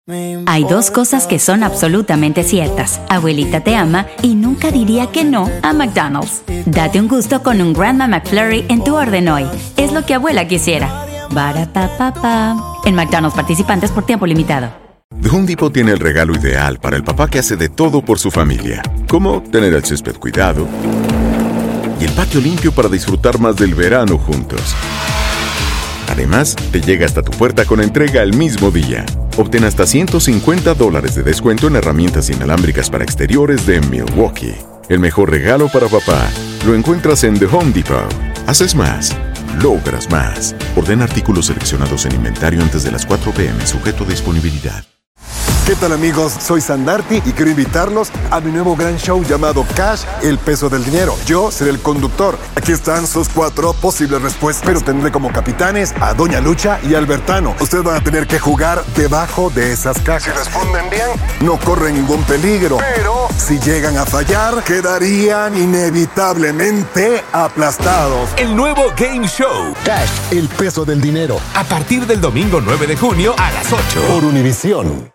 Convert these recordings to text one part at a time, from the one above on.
Hay dos cosas que son absolutamente ciertas. Abuelita te ama y nunca diría que no a McDonald's. Date un gusto con un Grandma McFlurry en tu orden hoy. Es lo que abuela quisiera. Barapapapa. En McDonald's participantes por tiempo limitado. The Home Depot tiene el regalo ideal para el papá que hace de todo por su familia. Como tener el césped cuidado y el patio limpio para disfrutar más del verano juntos. Además, te llega hasta tu puerta con entrega el mismo día. Obtén hasta $150 de descuento en herramientas inalámbricas para exteriores de Milwaukee. El mejor regalo para papá lo encuentras en The Home Depot. Haces más, logras más. Ordena artículos seleccionados en inventario antes de las 4 p.m. sujeto a disponibilidad. ¿Qué tal, amigos? Soy Sandarti y quiero invitarlos a mi nuevo gran show llamado Cash, el peso del dinero. Yo seré el conductor. Aquí están sus 4 posibles respuestas, pero tendré como capitanes a Doña Lucha y Albertano. Ustedes van a tener que jugar debajo de esas cajas. Si responden bien, no corren ningún peligro. Pero si llegan a fallar, quedarían inevitablemente aplastados. El nuevo Game Show Cash, el peso del dinero. a partir del domingo 9 de junio a las 8. Por Univisión.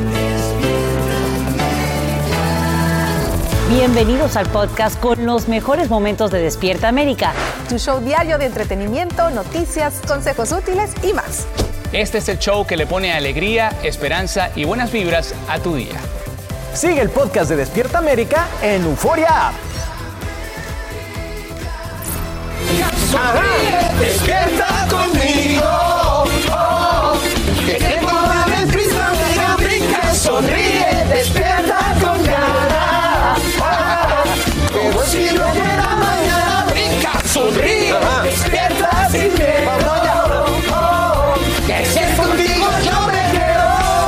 Bienvenidos al podcast con los mejores momentos de Despierta América. Tu show diario de entretenimiento, noticias, consejos útiles y más. Este es el show que le pone alegría, esperanza y buenas vibras a tu día. Sigue el podcast de Despierta América en Euforia App. Despierta conmigo. Que tengo una prisa, mira, brinca, sonríe, despierta con ganas. Pero si no llega mañana, brinca, sonríe, despierta sin miedo. Que si es contigo yo me quedo.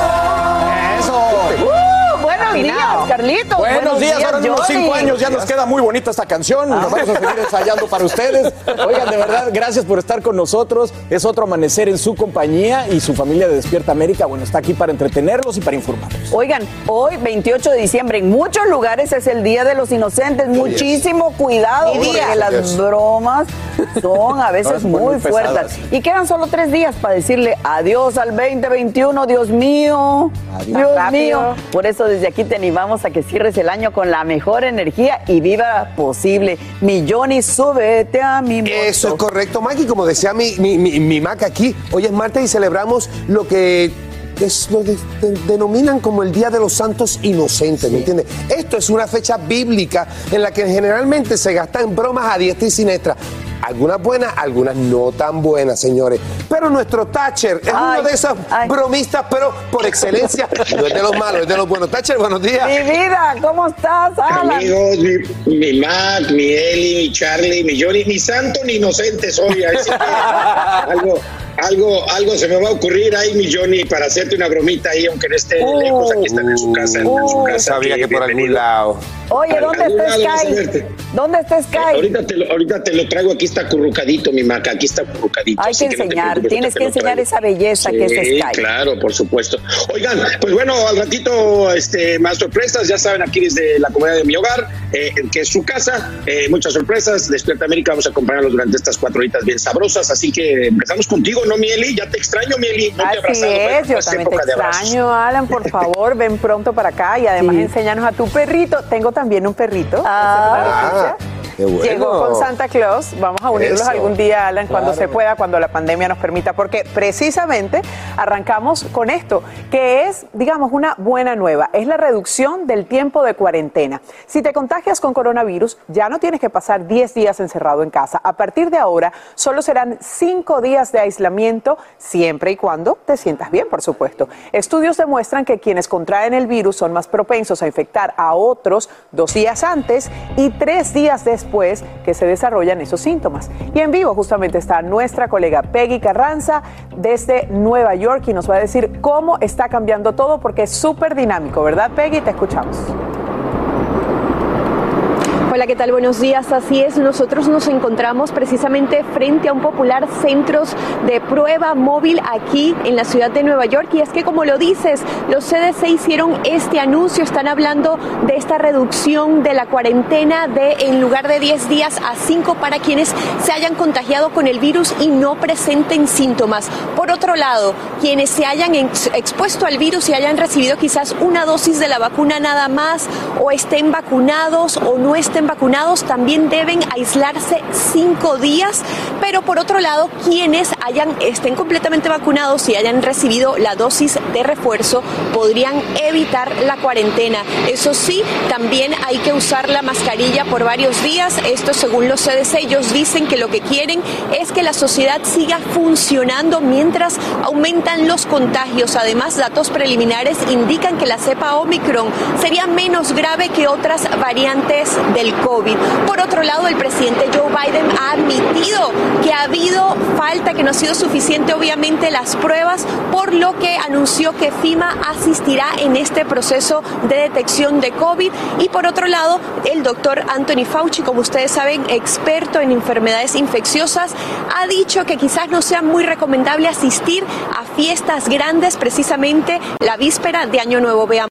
Eso. Buenos días, Carlitos. Buenos días, ahora en unos 5 años ya nos queda muy bonita esta canción. Nos vamos a seguir ensayando para ustedes. Oigan, de verdad, gracias por estar con nosotros. Es otro amanecer en su compañía y su familia de Despierta América. Bueno, está aquí para entretenerlos y para informarlos. Oigan, hoy, 28 de diciembre, en muchos lugares es el Día de los Inocentes. Muchísimo cuidado, porque las bromas son a veces muy fuertes. Y quedan solo 3 días para decirle adiós al 2021, Dios mío. Adiós. Dios Rápido. mío. Por eso desde aquí te animamos a que cierres el año con la mejor energía y viva posible. Mi Johnny, súbete a mi moto. Eso es correcto, Maggie. Como decía mi Mac aquí, hoy es martes y celebramos lo que denominan como el Día de los Santos Inocentes, ¿me entiendes? Esto es una fecha bíblica en la que generalmente se gastan bromas a diestra y siniestra. Algunas buenas, algunas no tan buenas, señores. Pero nuestro Thatcher es uno de esos bromistas, pero por excelencia. No es de los malos, es de los buenos. Thatcher, buenos días. Mi vida, ¿cómo estás, Alan? Amigos, mi Mac, mi Eli, mi Charlie, mi Johnny, ni santo ni inocente soy. Así que algo se me va a ocurrir ahí, mi Johnny, para hacerte una bromita ahí, aunque no esté lejos. Aquí están en su casa, Sabía que por algún lado. Oye, ¿dónde está Sky? ¿Dónde está Sky? Ahorita te lo traigo, aquí está acurrucadito, mi Mac, aquí está acurrucadito. Hay que enseñar, tienes que enseñar esa belleza que es Sky. Claro, por supuesto. Oigan, pues bueno, al ratito más sorpresas, ya saben, aquí desde la comunidad de mi hogar, que es su casa, muchas sorpresas. Despierta América, vamos a acompañarlos durante estas 4 horitas bien sabrosas, así que empezamos contigo, ¿no, Mieli? Ya te extraño, Mieli. No te he abrazado. Así es, yo también te extraño, Alan, por favor, ven pronto para acá y además enséñanos a tu perrito. Tengo también un perrito. Qué bueno. Llegó con Santa Claus. Vamos a unirlos algún día, Alan, cuando se pueda, cuando la pandemia nos permita, porque precisamente arrancamos con esto, que es, digamos, una buena nueva. Es la reducción del tiempo de cuarentena. Si te contagias con coronavirus, ya no tienes que pasar 10 días encerrado en casa. A partir de ahora, solo serán 5 días de aislamiento, siempre y cuando te sientas bien, por supuesto. Estudios demuestran que quienes contraen el virus son más propensos a infectar a otros 2 días antes y 3 días después que se desarrollan esos síntomas. Y en vivo justamente está nuestra colega Peggy Carranza desde Nueva York y nos va a decir cómo está cambiando todo porque es súper dinámico, ¿verdad, Peggy? Te escuchamos. Hola, ¿qué tal? Buenos días. Así es, nosotros nos encontramos precisamente frente a un popular centro de prueba móvil aquí en la ciudad de Nueva York. Y es que, como lo dices, los CDC hicieron este anuncio, están hablando de esta reducción de la cuarentena en lugar de 10 días a 5 para quienes se hayan contagiado con el virus y no presenten síntomas. Por otro lado, quienes se hayan expuesto al virus y hayan recibido quizás una dosis de la vacuna nada más, o estén vacunados o no estén vacunados, también deben aislarse 5 días. Pero por otro lado, quienes estén completamente vacunados y hayan recibido la dosis de refuerzo podrían evitar la cuarentena. Eso sí, también hay que usar la mascarilla por varios días. Esto según los CDC, ellos dicen que lo que quieren es que la sociedad siga funcionando mientras aumentan los contagios. Además, datos preliminares indican que la cepa Omicron sería menos grave que otras variantes del COVID. Por otro lado, el presidente Joe Biden ha admitido que ha habido falta, que no ha sido suficiente obviamente las pruebas, por lo que anunció que FEMA asistirá en este proceso de detección de COVID. Y por otro lado, el doctor Anthony Fauci, como ustedes saben, experto en enfermedades infecciosas, ha dicho que quizás no sea muy recomendable asistir a fiestas grandes precisamente la víspera de Año Nuevo. Veamos.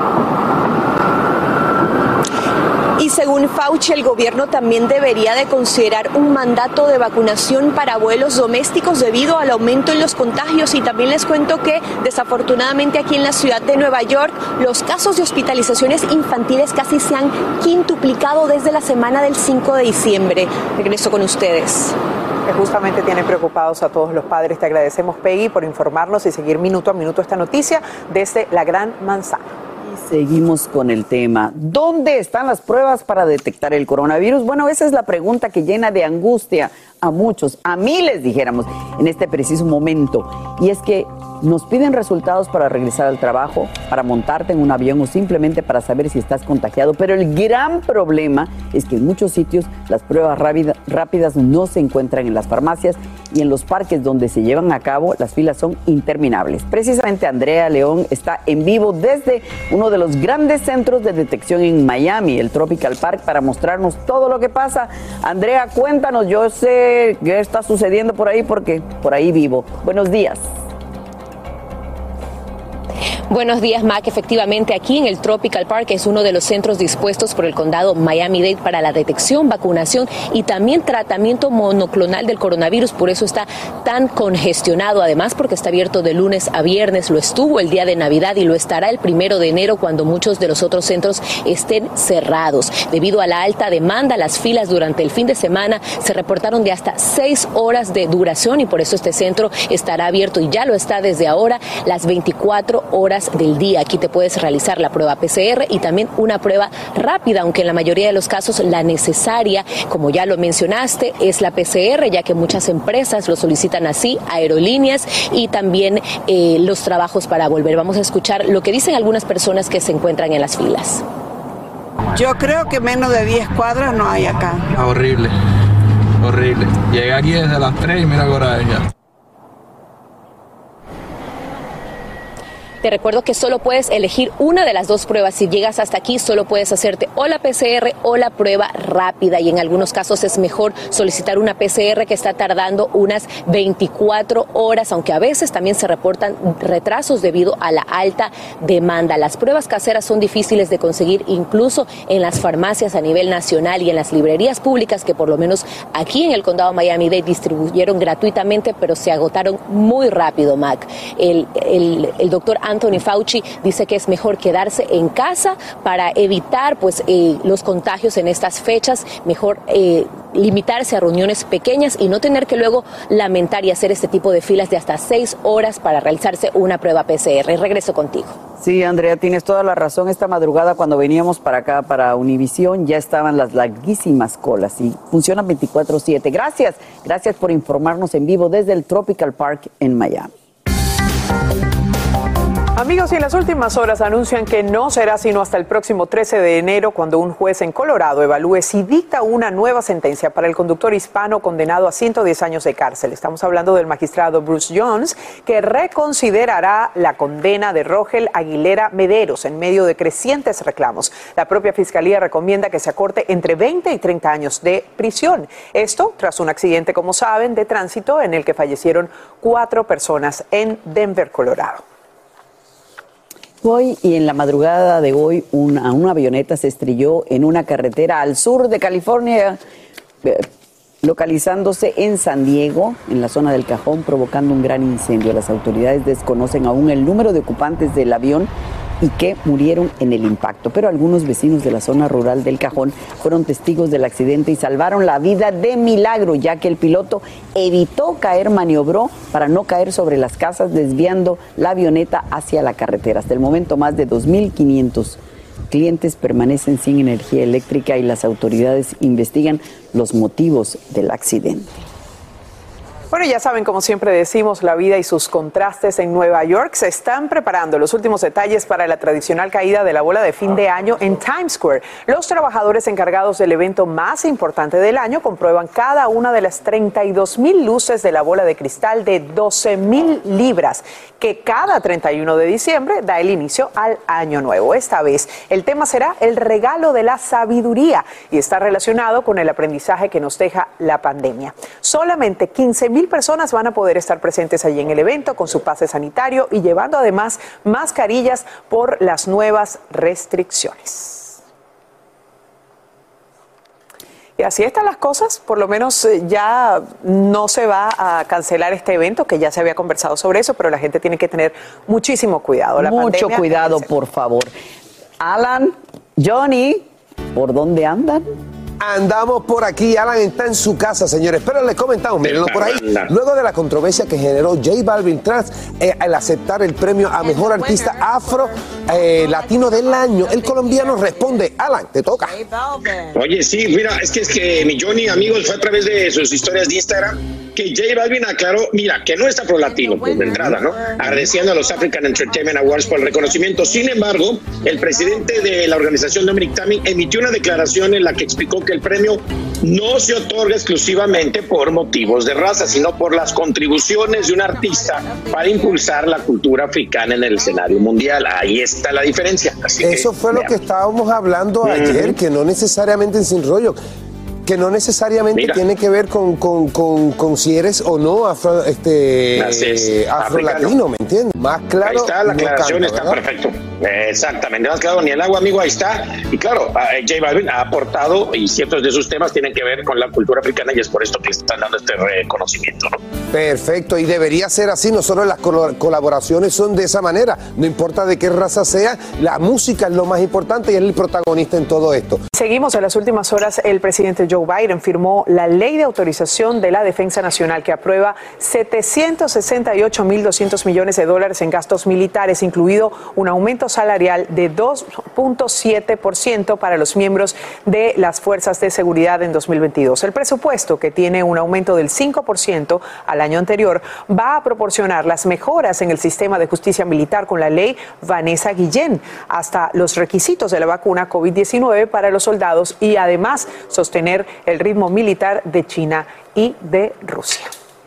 Y según Fauci, el gobierno también debería de considerar un mandato de vacunación para vuelos domésticos debido al aumento en los contagios. Y también les cuento que desafortunadamente aquí en la ciudad de Nueva York los casos de hospitalizaciones infantiles casi se han quintuplicado desde la semana del 5 de diciembre. Regreso con ustedes. Que justamente tiene preocupados a todos los padres. Te agradecemos, Peggy, por informarnos y seguir minuto a minuto esta noticia desde la Gran Manzana. Seguimos con el tema. ¿Dónde están las pruebas para detectar el coronavirus? Bueno, esa es la pregunta que llena de angustia a muchos, a miles, dijéramos, en este preciso momento. Y es que nos piden resultados para regresar al trabajo, para montarte en un avión o simplemente para saber si estás contagiado. Pero el gran problema es que en muchos sitios las pruebas rápidas no se encuentran en las farmacias y en los parques donde se llevan a cabo las filas son interminables. Precisamente Andrea León está en vivo desde uno de los grandes centros de detección en Miami, el Tropical Park, para mostrarnos todo lo que pasa. Andrea, cuéntanos, yo sé qué está sucediendo por ahí porque por ahí vivo. Buenos días. Buenos días, Mac. Efectivamente, aquí en el Tropical Park es uno de los centros dispuestos por el condado Miami-Dade para la detección, vacunación y también tratamiento monoclonal del coronavirus. Por eso está tan congestionado. Además, porque está abierto de lunes a viernes. Lo estuvo el día de Navidad y lo estará el 1 de enero cuando muchos de los otros centros estén cerrados. Debido a la alta demanda, las filas durante el fin de semana se reportaron de hasta 6 horas de duración y por eso este centro estará abierto y ya lo está desde ahora las 24 horas del día. Aquí te puedes realizar la prueba PCR y también una prueba rápida, aunque en la mayoría de los casos la necesaria, como ya lo mencionaste, es la PCR, ya que muchas empresas lo solicitan así, aerolíneas y también los trabajos para volver. Vamos a escuchar lo que dicen algunas personas que se encuentran en las filas. Yo creo que menos de 10 cuadras no hay acá. Horrible, horrible. Llegué aquí desde las 3 y mira ahora ya. Te recuerdo que solo puedes elegir una de las dos pruebas. Si llegas hasta aquí, solo puedes hacerte o la PCR o la prueba rápida. Y en algunos casos es mejor solicitar una PCR que está tardando unas 24 horas, aunque a veces también se reportan retrasos debido a la alta demanda. Las pruebas caseras son difíciles de conseguir incluso en las farmacias a nivel nacional y en las librerías públicas que por lo menos aquí en el condado Miami-Dade distribuyeron gratuitamente, pero se agotaron muy rápido, Mac. El doctor Anthony Fauci dice que es mejor quedarse en casa para evitar los contagios en estas fechas, mejor limitarse a reuniones pequeñas y no tener que luego lamentar y hacer este tipo de filas de hasta 6 horas para realizarse una prueba PCR. Regreso contigo. Sí, Andrea, tienes toda la razón. Esta madrugada cuando veníamos para acá, para Univisión, ya estaban las larguísimas colas y funcionan 24/7. Gracias por informarnos en vivo desde el Tropical Park en Miami. Amigos, y en las últimas horas anuncian que no será sino hasta el próximo 13 de enero cuando un juez en Colorado evalúe si dicta una nueva sentencia para el conductor hispano condenado a 110 años de cárcel. Estamos hablando del magistrado Bruce Jones, que reconsiderará la condena de Rogel Aguilera Mederos en medio de crecientes reclamos. La propia fiscalía recomienda que se acorte entre 20 y 30 años de prisión. Esto tras un accidente, como saben, de tránsito en el que fallecieron 4 personas en Denver, Colorado. Hoy y en la madrugada de hoy una avioneta se estrelló en una carretera al sur de California, localizándose en San Diego, en la zona del Cajón, provocando un gran incendio. Las autoridades desconocen aún el número de ocupantes del avión y que murieron en el impacto, pero algunos vecinos de la zona rural del Cajón fueron testigos del accidente y salvaron la vida de milagro, ya que el piloto evitó caer, maniobró para no caer sobre las casas, desviando la avioneta hacia la carretera. Hasta el momento, más de 2.500 clientes permanecen sin energía eléctrica y las autoridades investigan los motivos del accidente. Bueno, ya saben, como siempre decimos, la vida y sus contrastes en Nueva York. Se están preparando los últimos detalles para la tradicional caída de la bola de fin de año en Times Square. Los trabajadores encargados del evento más importante del año comprueban cada una de las 32,000 luces de la bola de cristal de 12,000 libras, que cada 31 de diciembre da el inicio al año nuevo. Esta vez el tema será el regalo de la sabiduría y está relacionado con el aprendizaje que nos deja la pandemia. Solamente 15,000 personas van a poder estar presentes allí en el evento con su pase sanitario y llevando además mascarillas por las nuevas restricciones. Y así están las cosas, por lo menos ya no se va a cancelar este evento, que ya se había conversado sobre eso, pero la gente tiene que tener muchísimo cuidado. Mucho cuidado, por favor. Alan, Johnny, ¿por dónde andan? Andamos por aquí, Alan está en su casa, señores, pero les comentamos, mírenlo por ahí, luego de la controversia que generó J Balvin tras al aceptar el premio a Mejor Artista Afro Latino del Año, el colombiano responde. Alan, te toca. Oye, sí, mira, es que mi Johnny, amigos, fue a través de sus historias de Instagram que J Balvin aclaró, mira, que no es afro-latino, pues de entrada, ¿no? Agradeciendo a los African Entertainment Awards por el reconocimiento. Sin embargo, el presidente de la organización, Dominic Tammy, emitió una declaración en la que explicó que el premio no se otorga exclusivamente por motivos de raza, sino por las contribuciones de un artista para impulsar la cultura africana en el escenario mundial. Ahí está la diferencia. Así eso fue lo que estábamos hablando ayer, que no necesariamente en Sin Rollo, que no necesariamente tiene que ver con si eres o no afro-latino, ¿me entiendes? Más claro. Ahí está, la aclaración está perfecto. Exactamente, más claro ni el agua, amigo, ahí está. Y claro, J Balvin ha aportado y ciertos de sus temas tienen que ver con la cultura africana y es por esto que están dando este reconocimiento, ¿no? Perfecto, y debería ser así. Nosotros las colaboraciones son de esa manera, no importa de qué raza sea, la música es lo más importante y es el protagonista en todo esto. Seguimos. En las últimas horas, el presidente Joe Biden firmó la Ley de Autorización de la Defensa Nacional, que aprueba $768.200 millones en gastos militares, incluido un aumento salarial de 2.7% para los miembros de las fuerzas de seguridad en 2022. El presupuesto, que tiene un aumento del 5% al año anterior, va a proporcionar las mejoras en el sistema de justicia militar con la ley Vanessa Guillén, hasta los requisitos de la vacuna COVID-19 para los soldados y además sostener el ritmo militar de China y de Rusia.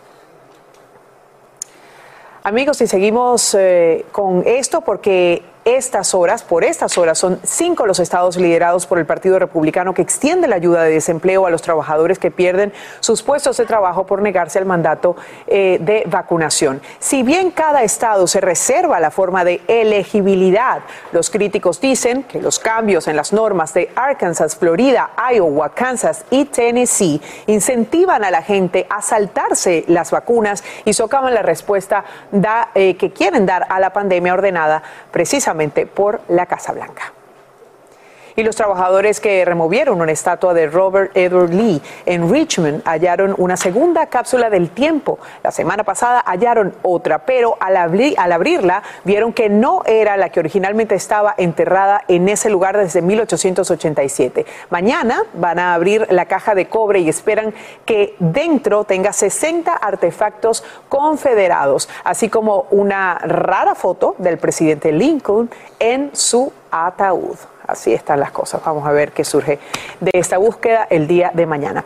Amigos, y seguimos con esto porque por estas horas son 5 los estados liderados por el Partido Republicano que extiende la ayuda de desempleo a los trabajadores que pierden sus puestos de trabajo por negarse al mandato de vacunación. Si bien cada estado se reserva la forma de elegibilidad, los críticos dicen que los cambios en las normas de Arkansas, Florida, Iowa, Kansas y Tennessee incentivan a la gente a saltarse las vacunas y socavan la respuesta que quieren dar a la pandemia ordenada precisamente por la Casa Blanca. Y los trabajadores que removieron una estatua de Robert Edward Lee en Richmond hallaron una segunda cápsula del tiempo. La semana pasada hallaron otra, pero al abrirla vieron que no era la que originalmente estaba enterrada en ese lugar desde 1887. Mañana van a abrir la caja de cobre y esperan que dentro tenga 60 artefactos confederados, así como una rara foto del presidente Lincoln en su ataúd. Así están las cosas. Vamos a ver qué surge de esta búsqueda el día de mañana.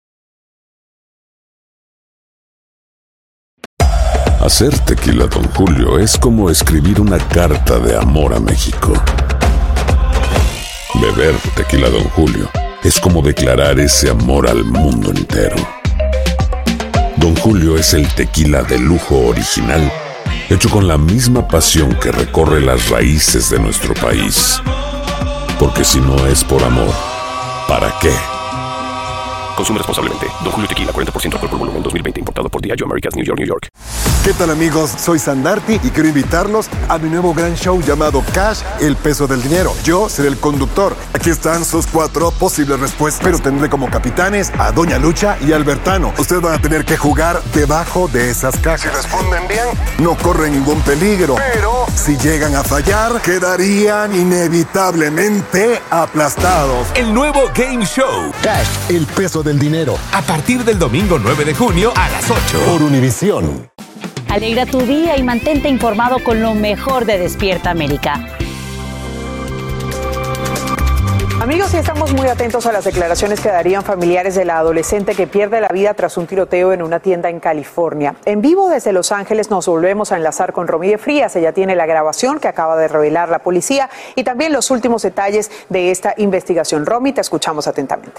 Hacer tequila Don Julio es como escribir una carta de amor a México. Beber tequila Don Julio es como declarar ese amor al mundo entero. Don Julio es el tequila de lujo original, hecho con la misma pasión que recorre las raíces de nuestro país. Porque si no es por amor, ¿para qué? Consume responsablemente. Don Julio Tequila, 40% alcohol por volumen, 2020. Importado por Diageo Americas, New York, New York. ¿Qué tal, amigos? Soy Sandarti y quiero invitarlos a mi nuevo gran show llamado Cash, el peso del dinero. Yo seré el conductor. Aquí están sus 4 posibles respuestas, pero tendré como capitanes a Doña Lucha y Albertano. Ustedes van a tener que jugar debajo de esas cajas. Si responden bien, no corren ningún peligro. Pero si llegan a fallar, quedarían inevitablemente aplastados. El nuevo Game Show. Cash, el peso del dinero. A partir del domingo 9 de junio a las 8. Por Univisión. Alegra tu día y mantente informado con lo mejor de Despierta América. Amigos, y estamos muy atentos a las declaraciones que darían familiares de la adolescente que pierde la vida tras un tiroteo en una tienda en California. En vivo desde Los Ángeles nos volvemos a enlazar con Romy de Frías. Ella tiene la grabación que acaba de revelar la policía y también los últimos detalles de esta investigación. Romy, te escuchamos atentamente.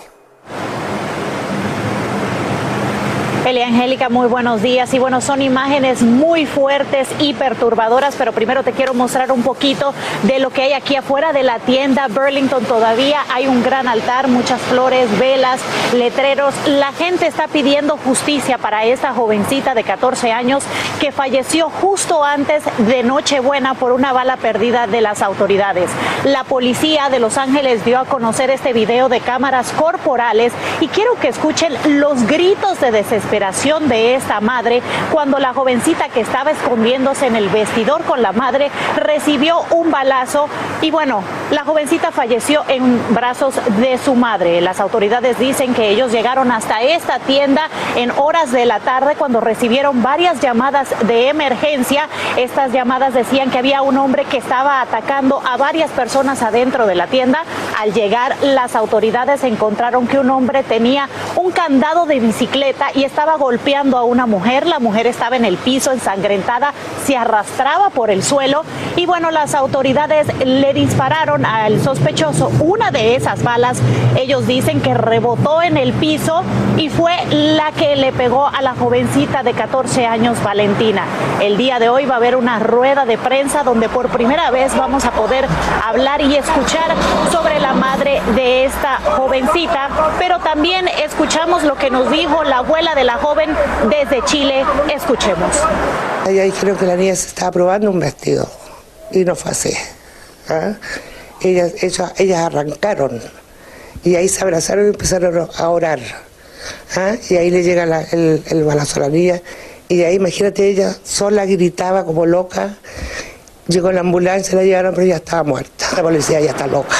Elia Angélica, muy buenos días. Y bueno, son imágenes muy fuertes y perturbadoras, pero primero te quiero mostrar un poquito de lo que hay aquí afuera de la tienda Burlington. Todavía hay un gran altar, muchas flores, velas, letreros. La gente está pidiendo justicia para esta jovencita de 14 años que falleció justo antes de Nochebuena por una bala perdida de las autoridades. La policía de Los Ángeles dio a conocer este video de cámaras corporales y quiero que escuchen los gritos de desesperación de esta madre cuando la jovencita que estaba escondiéndose en el vestidor con la madre recibió un balazo y bueno, la jovencita falleció en brazos de su madre. Las autoridades dicen que ellos llegaron hasta esta tienda en horas de la tarde cuando recibieron varias llamadas de emergencia. Estas llamadas decían que había un hombre que estaba atacando a varias personas adentro de la tienda. Al llegar, las autoridades encontraron que un hombre tenía un candado de bicicleta y estaba golpeando a una mujer. La mujer estaba en el piso ensangrentada, se arrastraba por el suelo y bueno, las autoridades le dispararon al sospechoso. Una de esas balas, ellos dicen que rebotó en el piso y fue la que le pegó a la jovencita de 14 años, Valentina. El día de hoy va a haber una rueda de prensa donde por primera vez vamos a poder hablar y escuchar sobre la madre de esta jovencita, pero también escuchamos lo que nos dijo la abuela de la joven desde Chile. Escuchemos. Ahí dijeron que la niña se estaba probando un vestido y no fue así. ¿Ah? Ellas arrancaron y ahí se abrazaron y empezaron a orar. ¿Ah? Y ahí le llega el balazo a la niña y de ahí, imagínate, ella sola gritaba como loca. Llegó la ambulancia, la llevaron, pero ella estaba muerta. La policía ya está loca.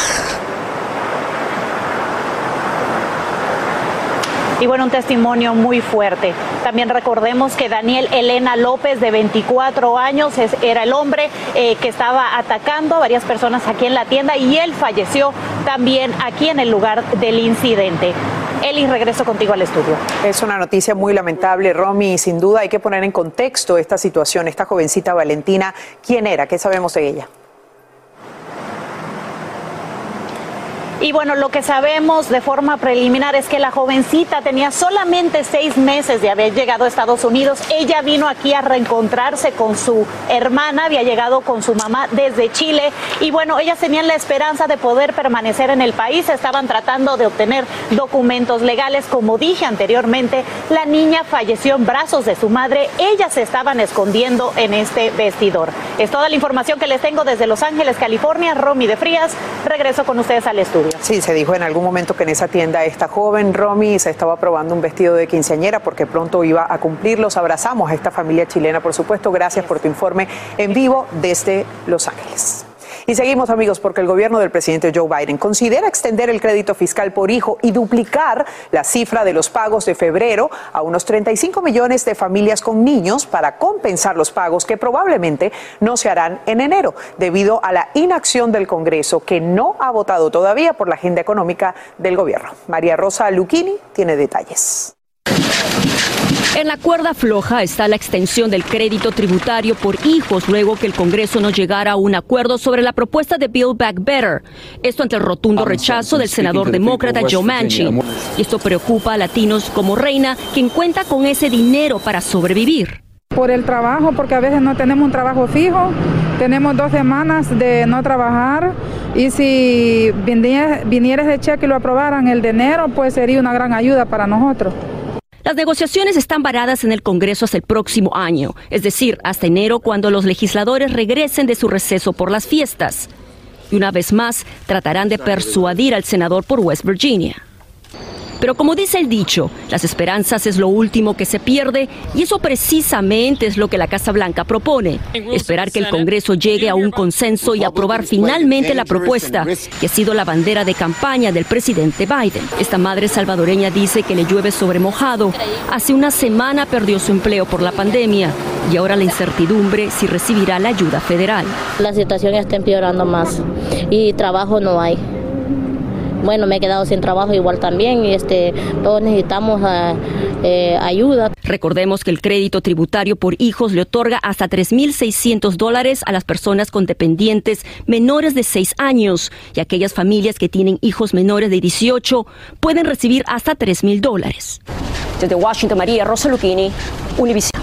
Y bueno, un testimonio muy fuerte. También recordemos que Daniel Elena López, de 24 años, era el hombre que estaba atacando a varias personas aquí en la tienda y él falleció también aquí en el lugar del incidente. Eli, regreso contigo al estudio. Es una noticia muy lamentable, Romy, y sin duda hay que poner en contexto esta situación. Esta jovencita Valentina, ¿quién era? ¿Qué sabemos de ella? Y bueno, lo que sabemos de forma preliminar es que la jovencita tenía solamente 6 meses de haber llegado a Estados Unidos. Ella vino aquí a reencontrarse con su hermana, había llegado con su mamá desde Chile. Y bueno, ellas tenían la esperanza de poder permanecer en el país. Estaban tratando de obtener documentos legales. Como dije anteriormente, la niña falleció en brazos de su madre. Ellas se estaban escondiendo en este vestidor. Es toda la información que les tengo desde Los Ángeles, California. Romy de Frías, regreso con ustedes al estudio. Valeria. Sí, se dijo en algún momento que en esa tienda esta joven Romy se estaba probando un vestido de quinceañera porque pronto iba a cumplirlos. Abrazamos a esta familia chilena, por supuesto. Gracias por tu informe en vivo desde Los Ángeles. Y seguimos, amigos, porque el gobierno del presidente Joe Biden considera extender el crédito fiscal por hijo y duplicar la cifra de los pagos de febrero a unos 35 millones de familias con niños para compensar los pagos que probablemente no se harán en enero debido a la inacción del Congreso, que no ha votado todavía por la agenda económica del gobierno. María Rosa Lucchini tiene detalles. En la cuerda floja está la extensión del crédito tributario por hijos luego que el Congreso no llegara a un acuerdo sobre la propuesta de Build Back Better. Esto ante el rotundo rechazo del senador demócrata Joe Manchin. Y esto preocupa a latinos como Reina, quien cuenta con ese dinero para sobrevivir. Por el trabajo, porque a veces no tenemos un trabajo fijo, tenemos 2 semanas de no trabajar y si viniera ese cheque y lo aprobaran el de enero, pues sería una gran ayuda para nosotros. Las negociaciones están varadas en el Congreso hasta el próximo año, es decir, hasta enero, cuando los legisladores regresen de su receso por las fiestas. Y una vez más, tratarán de persuadir al senador por West Virginia. Pero como dice el dicho, las esperanzas es lo último que se pierde y eso precisamente es lo que la Casa Blanca propone. Esperar que el Congreso llegue a un consenso y aprobar finalmente la propuesta, que ha sido la bandera de campaña del presidente Biden. Esta madre salvadoreña dice que le llueve sobre mojado. Hace una semana perdió su empleo por la pandemia y ahora la incertidumbre si recibirá la ayuda federal. La situación está empeorando más y trabajo no hay. Bueno, me he quedado sin trabajo igual también y todos necesitamos ayuda. Recordemos que el crédito tributario por hijos le otorga hasta $3,600 a las personas con dependientes menores de 6 años y aquellas familias que tienen hijos menores de 18 pueden recibir hasta $3,000. Desde Washington, María Rosa Lucchini, Univision.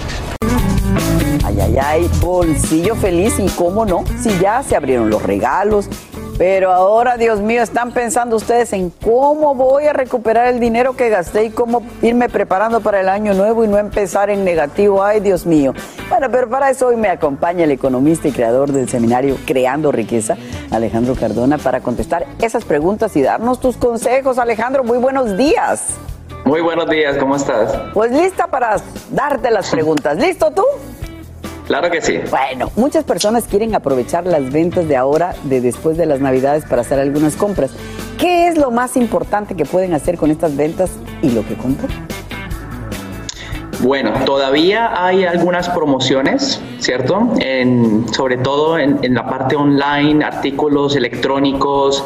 Ay, ay, ay, bolsillo feliz y cómo no, si ya se abrieron los regalos. Pero ahora, Dios mío, están pensando ustedes en cómo voy a recuperar el dinero que gasté y cómo irme preparando para el año nuevo y no empezar en negativo. Ay, Dios mío. Bueno, pero para eso hoy me acompaña el economista y creador del seminario Creando Riqueza, Alejandro Cardona, para contestar esas preguntas y darnos tus consejos. Alejandro, muy buenos días. Muy buenos días, ¿cómo estás? Pues lista para darte las preguntas. ¿Listo tú? Claro que sí. Bueno, muchas personas quieren aprovechar las ventas de ahora, de después de las Navidades, para hacer algunas compras. ¿Qué es lo más importante que pueden hacer con estas ventas y lo que compran? Bueno, todavía hay algunas promociones, ¿cierto? Sobre todo en la parte online, artículos electrónicos,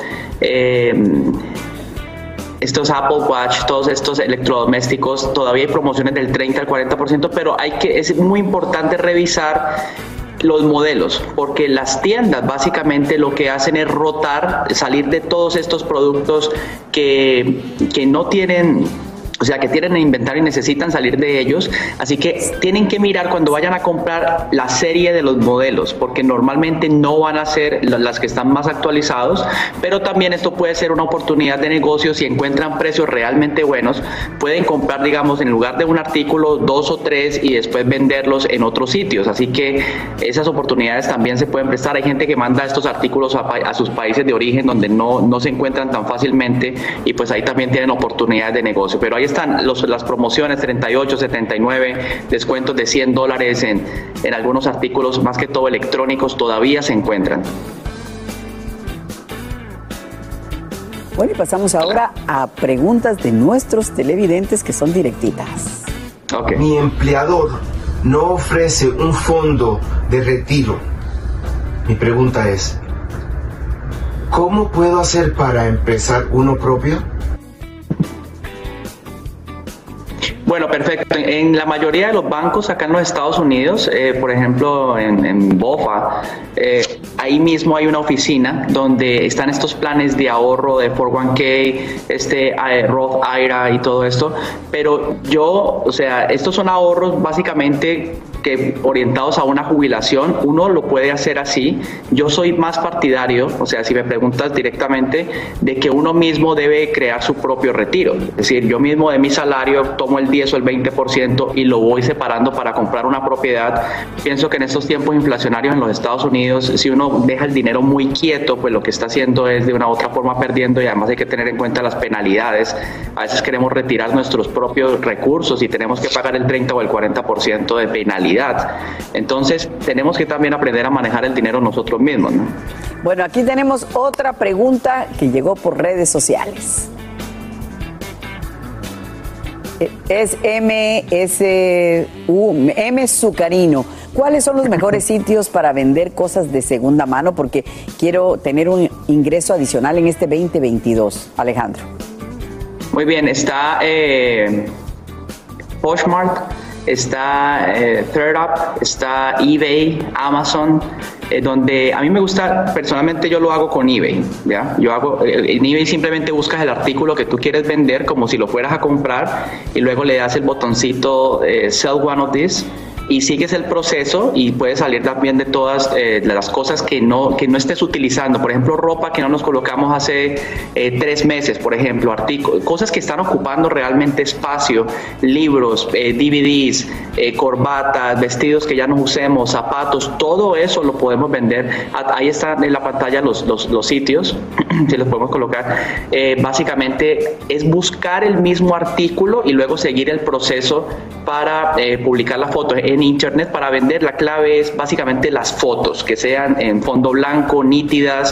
estos Apple Watch, todos estos electrodomésticos, todavía hay promociones del 30 al 40%, pero es muy importante revisar los modelos, porque las tiendas básicamente lo que hacen es rotar, salir de todos estos productos que no tienen... O sea, que tienen en inventario y necesitan salir de ellos. Así que tienen que mirar cuando vayan a comprar la serie de los modelos, porque normalmente no van a ser las que están más actualizados, pero también esto puede ser una oportunidad de negocio. Si encuentran precios realmente buenos, pueden comprar, digamos, en lugar de un artículo, 2 o 3 y después venderlos en otros sitios. Así que esas oportunidades también se pueden prestar. Hay gente que manda estos artículos a sus países de origen donde no se encuentran tan fácilmente y pues ahí también tienen oportunidades de negocio. Pero ahí están las promociones, 38, 79, descuentos de $100 en algunos artículos, más que todo electrónicos, todavía se encuentran. Bueno, y pasamos ahora a preguntas de nuestros televidentes que son directitas. Okay. Mi empleador no ofrece un fondo de retiro. Mi pregunta es, ¿cómo puedo hacer para empezar uno propio? Bueno, perfecto. En la mayoría de los bancos acá en los Estados Unidos, por ejemplo en BOFA, ahí mismo hay una oficina donde están estos planes de ahorro de 401k, Roth IRA y todo esto. Pero estos son ahorros básicamente que orientados a una jubilación, uno lo puede hacer así. Yo soy más partidario, o sea, si me preguntas directamente, de que uno mismo debe crear su propio retiro. Es decir, yo mismo de mi salario tomo el 10 o el 20% y lo voy separando para comprar una propiedad. Pienso que en estos tiempos inflacionarios en los Estados Unidos, si uno deja el dinero muy quieto, pues lo que está haciendo es de una u otra forma perdiendo, y además hay que tener en cuenta las penalidades. A veces queremos retirar nuestros propios recursos y tenemos que pagar el 30 o el 40% de penalidad. Entonces tenemos que también aprender a manejar el dinero nosotros mismos, ¿no? Bueno, aquí tenemos otra pregunta que llegó por redes sociales. Es M Zucarino. ¿Cuáles son los mejores sitios para vender cosas de segunda mano? Porque quiero tener un ingreso adicional en este 2022. Alejandro. Muy bien, está Poshmark, está ThredUp, está eBay, Amazon, donde a mí me gusta, personalmente yo lo hago con eBay, ¿ya? Yo hago, en eBay simplemente buscas el artículo que tú quieres vender como si lo fueras a comprar y luego le das el botoncito Sell One of These y sigues el proceso y puedes salir también de todas las cosas que no estés utilizando. Por ejemplo, ropa que no nos colocamos hace 3 meses, por ejemplo, artículos, cosas que están ocupando realmente espacio, libros, DVDs, corbatas, vestidos que ya no usemos, zapatos, todo eso lo podemos vender. Ahí están en la pantalla los sitios, si los podemos colocar. Básicamente es buscar el mismo artículo y luego seguir el proceso para publicar la foto en internet para vender. La clave es básicamente las fotos, que sean en fondo blanco, nítidas,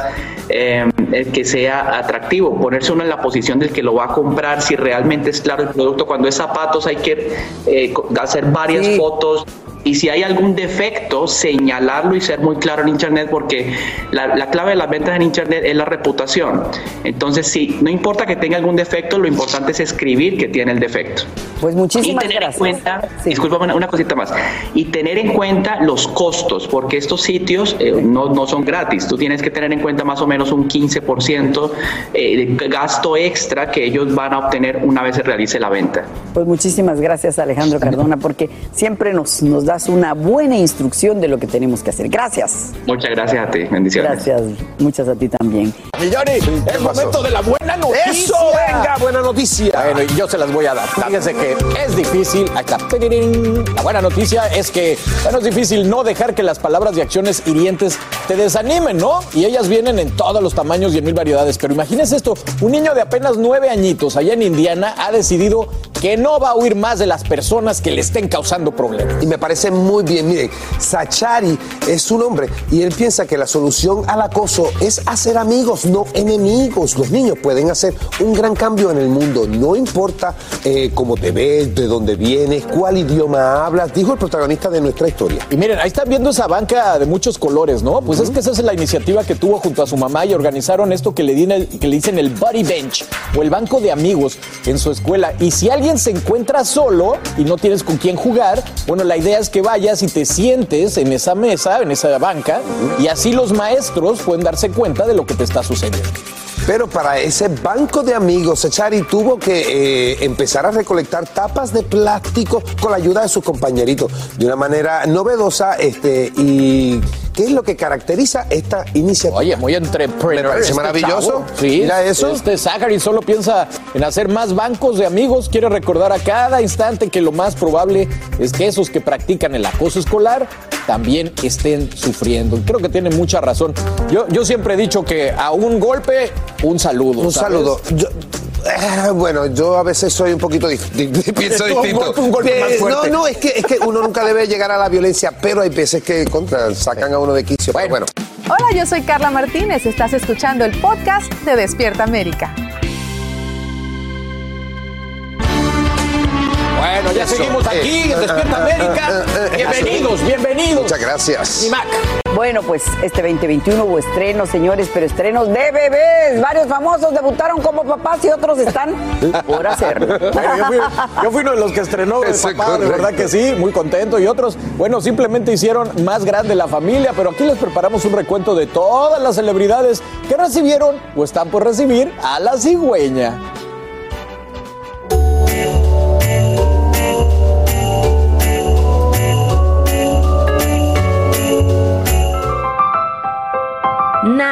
que sea atractivo, ponerse uno en la posición del que lo va a comprar, si realmente es claro el producto. Cuando es zapatos hay que hacer varias fotos. Y si hay algún defecto, señalarlo y ser muy claro en internet, porque la clave de las ventas en internet es la reputación. Entonces, sí, no importa que tenga algún defecto, lo importante es escribir que tiene el defecto. Pues muchísimas gracias. Y tener en cuenta, discúlpame, una cosita más, y tener en cuenta los costos, porque estos sitios no son gratis. Tú tienes que tener en cuenta más o menos un 15% de gasto extra que ellos van a obtener una vez se realice la venta. Pues muchísimas gracias, Alejandro Cardona, porque siempre nos das una buena instrucción de lo que tenemos que hacer. Gracias. Muchas gracias a ti. Bendiciones. Gracias. Muchas a ti también. Y Johnny, es momento de la buena noticia. ¡Eso! ¡Venga, buena noticia! Bueno, y yo se las voy a dar. Fíjense que es difícil. Ahí está. La buena noticia es que, bueno, es difícil no dejar que las palabras y acciones hirientes te desanimen, ¿no? Y ellas vienen en todos los tamaños y en 1000 variedades. Pero imagínense esto. Un niño de apenas 9 añitos allá en Indiana ha decidido que no va a huir más de las personas que le estén causando problemas. Y me parece muy bien. Miren, Zachary es un hombre y él piensa que la solución al acoso es hacer amigos, no enemigos. Los niños pueden hacer un gran cambio en el mundo. No importa cómo te ves, de dónde vienes, cuál idioma hablas, dijo el protagonista de nuestra historia. Y miren, ahí están viendo esa banca de muchos colores, ¿no? Pues es que esa es la iniciativa que tuvo junto a su mamá y organizaron esto que le dicen el Buddy Bench o el banco de amigos en su escuela. Y si alguien se encuentra solo y no tienes con quién jugar, bueno, la idea es que vayas y te sientes en esa mesa, en esa banca, y así los maestros pueden darse cuenta de lo que te está sucediendo. Pero para ese banco de amigos, Zachary tuvo que empezar a recolectar tapas de plástico con la ayuda de sus compañeritos de una manera novedosa y ¿qué es lo que caracteriza esta iniciativa? Oye, muy entrepreneur. Me parece maravilloso. Chavo. Sí, mira eso. Zachary solo piensa en hacer más bancos de amigos. Quiere recordar a cada instante que lo más probable es que esos que practican el acoso escolar también estén sufriendo. Creo que tiene mucha razón. Yo siempre he dicho que a un golpe, un saludo. Un saludo. Bueno, yo a veces soy un poquito pienso distinto. Un golpe más fuerte. No, es que uno nunca debe llegar a la violencia, pero hay veces que sacan a uno de quicio. Bueno. Hola, yo soy Carla Martínez. Estás escuchando el podcast de Despierta América. Bueno, ya seguimos aquí en Despierta América. Bienvenidos. Muchas gracias. Mi Mac. Bueno, pues este 2021 hubo estrenos, señores, pero estrenos de bebés. Varios famosos debutaron como papás y otros están por hacerlo. Bueno, yo fui uno de los que estrenó de papá, de verdad que sí, muy contento. Y otros, bueno, simplemente hicieron más grande la familia, pero aquí les preparamos un recuento de todas las celebridades que recibieron o están por recibir a la cigüeña.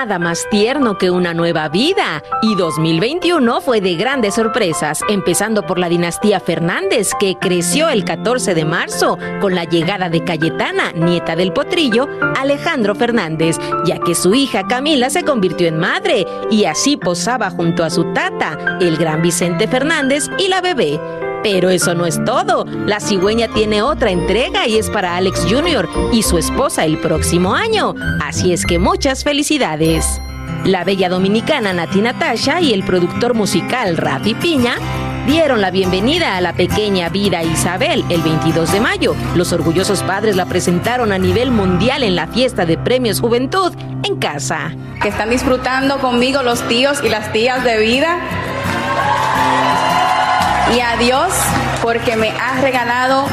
nada más tierno que una nueva vida. Y 2021 fue de grandes sorpresas, empezando por la dinastía Fernández, que creció el 14 de marzo con la llegada de Cayetana, nieta del potrillo, Alejandro Fernández, ya que su hija Camila se convirtió en madre y así posaba junto a su tata, el gran Vicente Fernández, y la bebé. Pero eso no es todo. La cigüeña tiene otra entrega y es para Alex Jr. y su esposa el próximo año. Así es que muchas felicidades. La bella dominicana Nati Natasha y el productor musical Rafi Piña dieron la bienvenida a la pequeña vida Isabel el 22 de mayo. Los orgullosos padres la presentaron a nivel mundial en la fiesta de Premios Juventud en casa. Que están disfrutando conmigo los tíos y las tías de vida. Y a Dios porque me ha regalado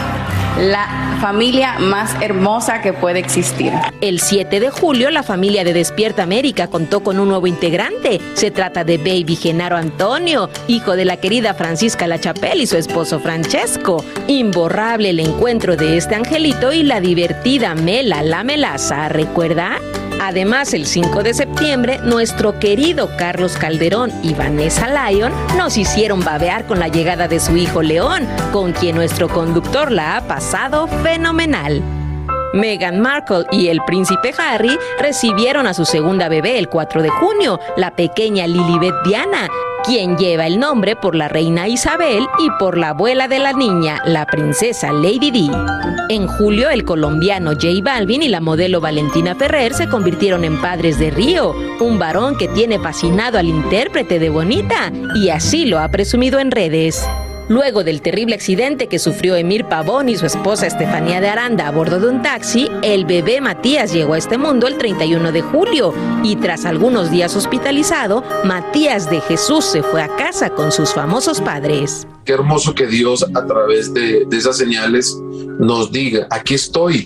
la familia más hermosa que puede existir. El 7 de julio, la familia de Despierta América contó con un nuevo integrante. Se trata de Baby Genaro Antonio, hijo de la querida Francisca Lachapelle y su esposo Francesco. Imborrable el encuentro de este angelito y la divertida Mela la Melaza, ¿recuerda? Además, el 5 de septiembre, nuestro querido Carlos Calderón y Vanessa Lyon nos hicieron babear con la llegada de su hijo León, con quien nuestro conductor la ha pasado fenomenal. Meghan Markle y el príncipe Harry recibieron a su segunda bebé el 4 de junio, la pequeña Lilibet Diana, quien lleva el nombre por la reina Isabel y por la abuela de la niña, la princesa Lady Di. En julio, el colombiano J Balvin y la modelo Valentina Ferrer se convirtieron en padres de Río, un varón que tiene fascinado al intérprete de Bonita, y así lo ha presumido en redes. Luego del terrible accidente que sufrió Emir Pavón y su esposa Estefanía de Aranda a bordo de un taxi, el bebé Matías llegó a este mundo el 31 de julio y tras algunos días hospitalizado, Matías de Jesús se fue a casa con sus famosos padres. Qué hermoso que Dios a través de esas señales nos diga, aquí estoy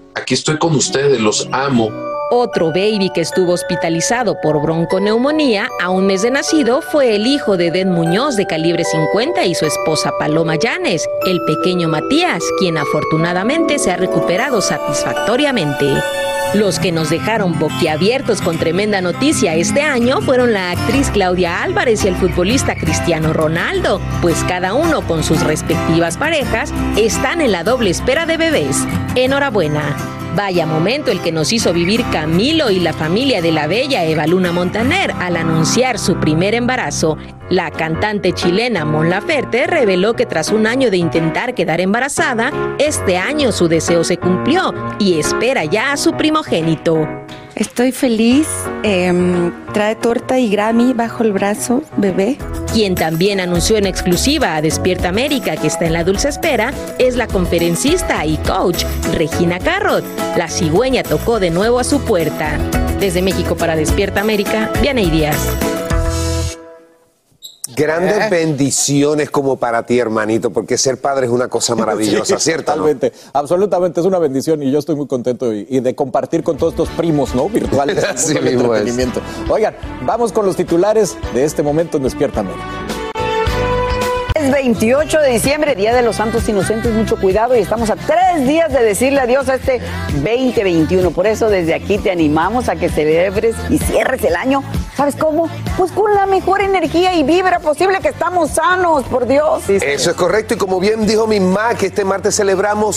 con ustedes, los amo. Otro baby que estuvo hospitalizado por bronconeumonía a un mes de nacido fue el hijo de Edén Muñoz de calibre 50 y su esposa Paloma Llanes, el pequeño Matías, quien afortunadamente se ha recuperado satisfactoriamente. Los que nos dejaron boquiabiertos con tremenda noticia este año fueron la actriz Claudia Álvarez y el futbolista Cristiano Ronaldo, pues cada uno con sus respectivas parejas están en la doble espera de bebés. Enhorabuena. Vaya momento el que nos hizo vivir Camilo y la familia de la bella Eva Luna Montaner al anunciar su primer embarazo. La cantante chilena Mon Laferte reveló que tras un año de intentar quedar embarazada, este año su deseo se cumplió y espera ya a su primogénito. Estoy feliz, trae torta y Grammy bajo el brazo, bebé. Quien también anunció en exclusiva a Despierta América que está en la dulce espera es la conferencista y coach Regina Carrot. La cigüeña tocó de nuevo a su puerta. Desde México para Despierta América, Vianey Díaz. Grandes bendiciones como para ti, hermanito, porque ser padre es una cosa maravillosa, Sí, ¿cierto? Totalmente, ¿no? Absolutamente, es una bendición y yo estoy muy contento y de compartir con todos estos primos, ¿no? Virtuales. Así del mismo entretenimiento. Oigan, vamos con los titulares de este momento en Despierta América. Es 28 de diciembre, Día de los Santos Inocentes, mucho cuidado y estamos a 3 días de decirle adiós a este 2021. Por eso desde aquí te animamos a que celebres y cierres el año. ¿Sabes cómo? Pues con la mejor energía y vibra posible, que estamos sanos, por Dios. Sí. Eso es correcto y como bien dijo mi mamá, que este martes celebramos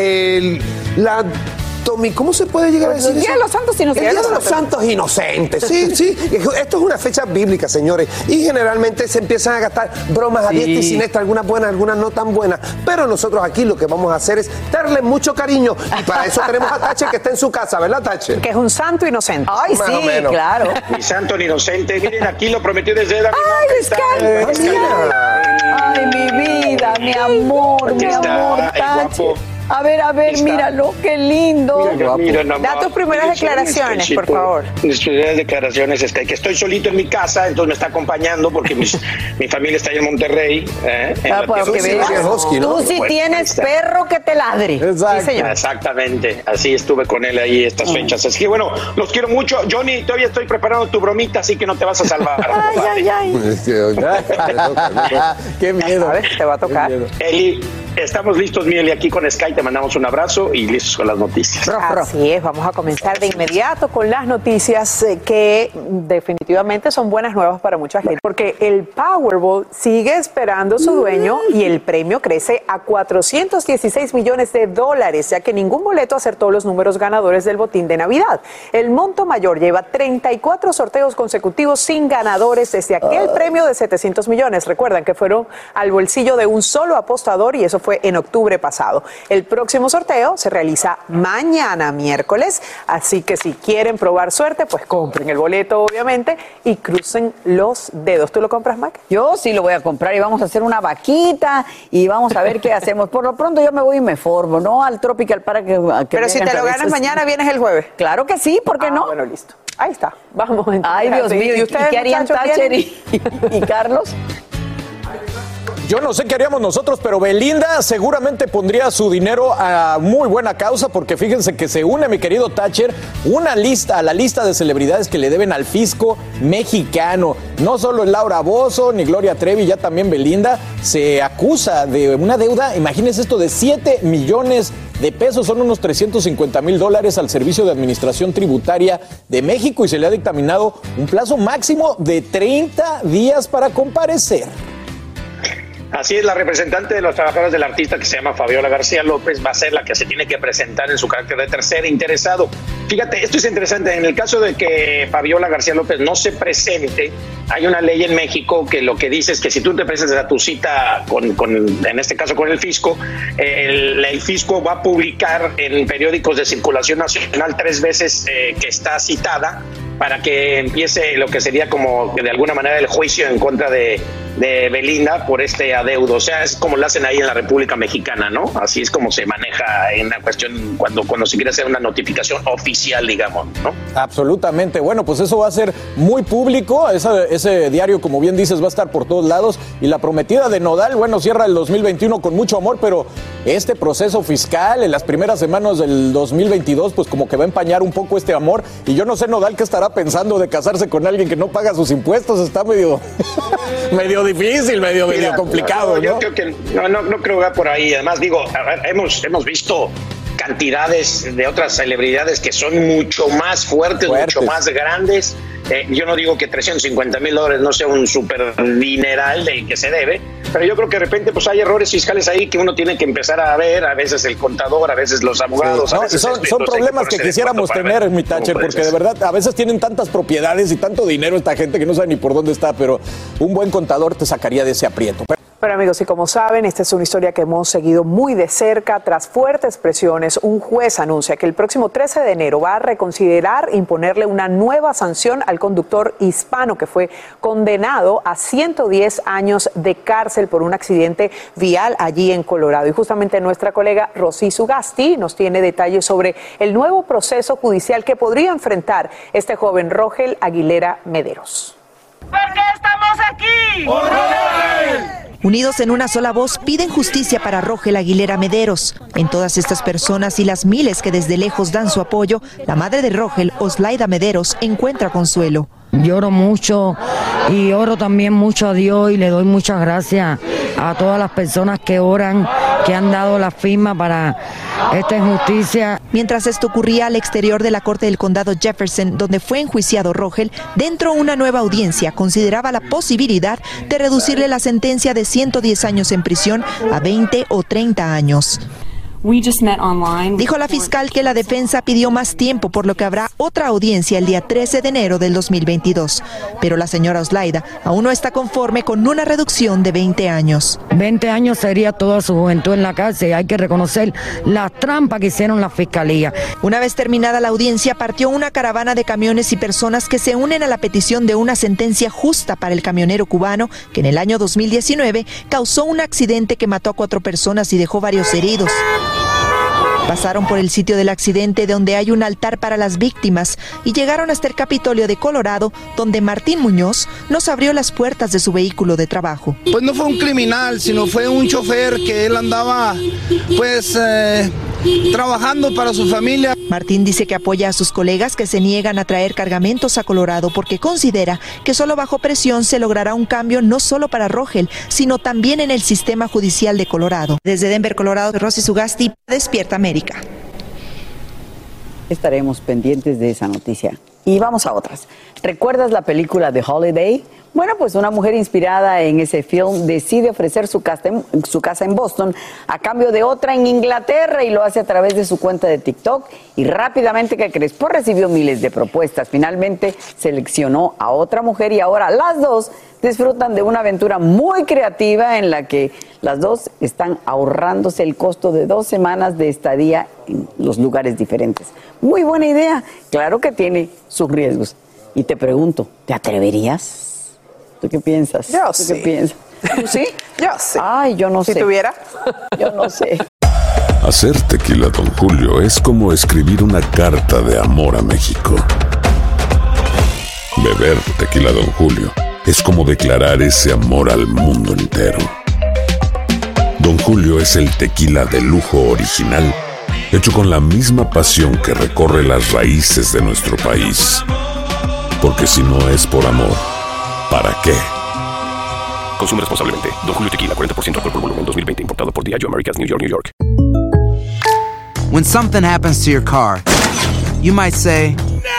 ¿cómo se puede llegar a decir eso? El Día de los Santos Inocentes. El Día de los Santos Inocentes, sí, sí. Esto es una fecha bíblica, señores. Y generalmente se empiezan a gastar bromas a diestra y siniestra, algunas buenas, algunas no tan buenas. Pero nosotros aquí lo que vamos a hacer es darle mucho cariño. Y para eso tenemos a Tache, que está en su casa, ¿verdad, Tache? Que es un santo inocente. Ay, Más sí, o menos. claro. Mi santo inocente. Miren, aquí lo prometió desde la Ay, Ay, mi vida, mi amor, Aquí mi está, amor, el Tache. guapo. A ver, míralo, qué lindo. Mira nomás. Da tus primeras declaraciones, por favor. Mis primeras declaraciones es que estoy solito en mi casa, entonces me está acompañando porque mi familia está ahí en Monterrey. Pues que veas. Tú sí tienes perro que te ladre. Exacto. Sí, señor. Exactamente, así estuve con él ahí estas fechas. Así que bueno, los quiero mucho. Johnny, todavía estoy preparando tu bromita, así que no te vas a salvar. Ay. Qué miedo. A ver, te va a tocar. Eli, Estamos listos, Miel, y aquí con Sky te mandamos un abrazo y listos con las noticias. Así es, vamos a comenzar de inmediato con las noticias que definitivamente son buenas nuevas para mucha gente, porque el Powerball sigue esperando su dueño y el premio crece a $416 millones, ya que ningún boleto acertó los números ganadores del botín de Navidad. El monto mayor lleva 34 sorteos consecutivos sin ganadores desde aquel premio de 700 millones. Recuerdan que fueron al bolsillo de un solo apostador y eso fue en octubre pasado. El próximo sorteo se realiza mañana miércoles, así que si quieren probar suerte, pues compren el boleto obviamente y crucen los dedos. ¿Tú lo compras, Mac? Yo sí lo voy a comprar y vamos a hacer una vaquita y vamos a ver qué hacemos. Por lo pronto yo me voy y me formo, ¿no? Al Tropical Park. Pero si te lo ganas mañana, vienes el jueves. Claro que sí, ¿por qué no? Bueno, listo. Ahí está. Vamos entonces. Ay, Dios mío. ¿Y ustedes, qué harían Thatcher y Carlos? Yo no sé qué haríamos nosotros, pero Belinda seguramente pondría su dinero a muy buena causa, porque fíjense que se une, mi querido Thatcher, a la lista de celebridades que le deben al fisco mexicano. No solo es Laura Bozzo ni Gloria Trevi, ya también Belinda se acusa de una deuda, imagínense esto, de 7 millones de pesos, son unos $350,000 al Servicio de Administración Tributaria de México, y se le ha dictaminado un plazo máximo de 30 días para comparecer. Así es, la representante de los trabajadores del artista, que se llama Fabiola García López, va a ser la que se tiene que presentar en su carácter de tercer interesado. Fíjate, esto es interesante. En el caso de que Fabiola García López no se presente, hay una ley en México que lo que dice es que si tú te presentas a tu cita, en este caso con el fisco, el fisco va a publicar en periódicos de circulación nacional 3 veces que está citada, para que empiece lo que sería como de alguna manera el juicio en contra de Belinda por este adeudo. O sea, es como lo hacen ahí en la República Mexicana, ¿no? Así es como se maneja en la cuestión cuando se quiere hacer una notificación oficial, digamos, ¿no? Absolutamente. Bueno, pues eso va a ser muy público. Ese diario, como bien dices, va a estar por todos lados. Y la prometida de Nodal, bueno, cierra el 2021 con mucho amor, pero este proceso fiscal en las primeras semanas del 2022, pues como que va a empañar un poco este amor. Y yo no sé, Nodal, qué estará pensando de casarse con alguien que no paga sus impuestos. Está medio difícil, medio complicado, ¿no? Yo creo que no creo que va por ahí. Además, digo, hemos visto cantidades de otras celebridades que son mucho más fuertes, mucho más grandes. Yo no digo que $350,000 no sea un súper dineral del que se debe, pero yo creo que de repente pues hay errores fiscales ahí que uno tiene que empezar a ver, a veces el contador, a veces los abogados. Sí, no, a veces son problemas que quisiéramos tener, mi Thatcher, porque de verdad a veces tienen tantas propiedades y tanto dinero esta gente que no sabe ni por dónde está, pero un buen contador te sacaría de ese aprieto. Bueno, amigos, y como saben, esta es una historia que hemos seguido muy de cerca. Tras fuertes presiones, un juez anuncia que el próximo 13 de enero va a reconsiderar imponerle una nueva sanción al conductor hispano que fue condenado a 110 años de cárcel por un accidente vial allí en Colorado. Y justamente nuestra colega Rosy Sugasti nos tiene detalles sobre el nuevo proceso judicial que podría enfrentar este joven Rogel Aguilera Mederos. ¿Por qué estamos aquí? ¡Por Rogel! Unidos en una sola voz, piden justicia para Rogel Aguilera Mederos. En todas estas personas y las miles que desde lejos dan su apoyo, la madre de Rogel, Oslaida Mederos, encuentra consuelo. Lloro mucho y oro también mucho a Dios y le doy muchas gracias a todas las personas que oran, que han dado la firma para esta injusticia. Mientras esto ocurría al exterior de la Corte del Condado Jefferson, donde fue enjuiciado Rogel, dentro una nueva audiencia consideraba la posibilidad de reducirle la sentencia de 110 años en prisión a 20 o 30 años. Dijo la fiscal que la defensa pidió más tiempo, por lo que habrá otra audiencia el día 13 de enero del 2022. Pero la señora Oslaida aún no está conforme con una reducción de 20 años. 20 años sería toda su juventud en la cárcel. Hay que reconocer las trampas que hicieron la fiscalía. Una vez terminada la audiencia, partió una caravana de camiones y personas que se unen a la petición de una sentencia justa para el camionero cubano que en el año 2019 causó un accidente que mató a 4 personas y dejó varios heridos. Pasaron por el sitio del accidente donde hay un altar para las víctimas y llegaron hasta el Capitolio de Colorado, donde Martín Muñoz nos abrió las puertas de su vehículo de trabajo. Pues no fue un criminal, sino fue un chofer que él andaba pues trabajando para su familia. Martín dice que apoya a sus colegas que se niegan a traer cargamentos a Colorado porque considera que solo bajo presión se logrará un cambio no solo para Rogel, sino también en el sistema judicial de Colorado. Desde Denver, Colorado, Rosy Sugasti, Despierta América. Estaremos pendientes de esa noticia. Y vamos a otras. ¿Recuerdas la película The Holiday? Bueno, pues una mujer inspirada en ese film decide ofrecer su casa en Boston a cambio de otra en Inglaterra y lo hace a través de su cuenta de TikTok. Y rápidamente, ¿qué crees? Pues recibió miles de propuestas. Finalmente seleccionó a otra mujer y ahora las dos disfrutan de una aventura muy creativa en la que las dos están ahorrándose el costo de 2 semanas de estadía en los lugares diferentes. Muy buena idea. Claro que tiene sus riesgos. Y te pregunto, ¿te atreverías? ¿Tú qué piensas? Yo ¿Tú sí. qué piensas? ¿Tú sí? Yo sí. Ay, yo no sé. Si tuviera. Yo no sé. Hacer tequila Don Julio es como escribir una carta de amor a México. Beber tequila Don Julio es como declarar ese amor al mundo entero. Don Julio es el tequila de lujo original, hecho con la misma pasión que recorre las raíces de nuestro país. Porque si no es por amor, ¿para qué? Consume responsablemente. Don Julio Tequila, 40% alcohol por volumen, 2020. Importado por Diageo Americas, New York, New York. When something happens to your car, you might say,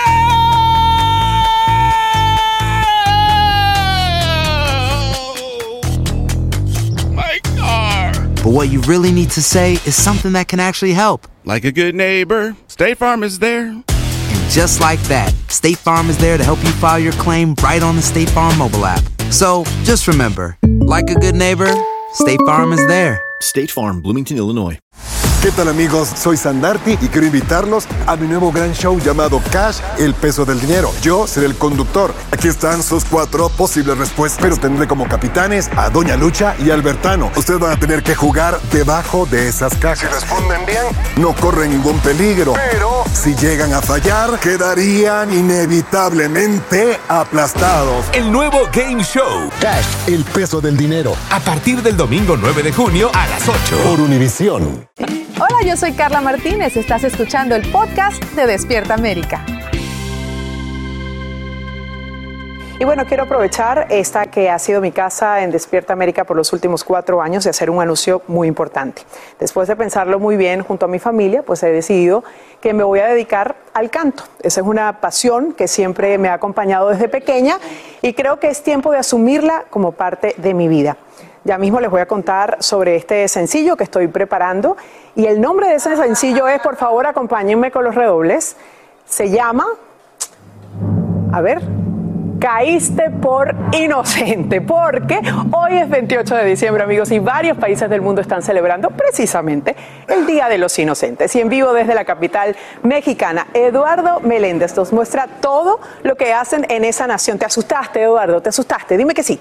My car! but what you really need to say is something that can actually help. Like a good neighbor, State Farm is there. And just like that, State Farm is there to help you file your claim right on the State Farm mobile app. So just remember, like a good neighbor, State Farm is there. State Farm, Bloomington, Illinois. ¿Qué tal, amigos? Soy Sandarti y quiero invitarlos a mi nuevo gran show llamado Cash, el peso del dinero. Yo seré el conductor. Aquí están sus 4 posibles respuestas, pero tendré como capitanes a Doña Lucha y Albertano. Ustedes van a tener que jugar debajo de esas cajas. Si responden bien, no corren ningún peligro. Pero si llegan a fallar, quedarían inevitablemente aplastados. El nuevo Game Show Cash, el peso del dinero. A partir del domingo 9 de junio a las 8. Por Univisión. Hola, yo soy Carla Martínez. Estás escuchando el podcast de Despierta América. Y bueno, quiero aprovechar esta que ha sido mi casa en Despierta América por los últimos 4 años y hacer un anuncio muy importante. Después de pensarlo muy bien junto a mi familia, pues he decidido que me voy a dedicar al canto. Esa es una pasión que siempre me ha acompañado desde pequeña y creo que es tiempo de asumirla como parte de mi vida. Ya mismo les voy a contar sobre este sencillo que estoy preparando y el nombre de ese sencillo es, por favor, acompáñenme con los redobles, se llama, Caíste por inocente, porque hoy es 28 de diciembre, amigos, y varios países del mundo están celebrando precisamente el Día de los Inocentes. Y en vivo desde la capital mexicana, Eduardo Meléndez nos muestra todo lo que hacen en esa nación. ¿Te asustaste, Eduardo? ¿Te asustaste? Dime que sí.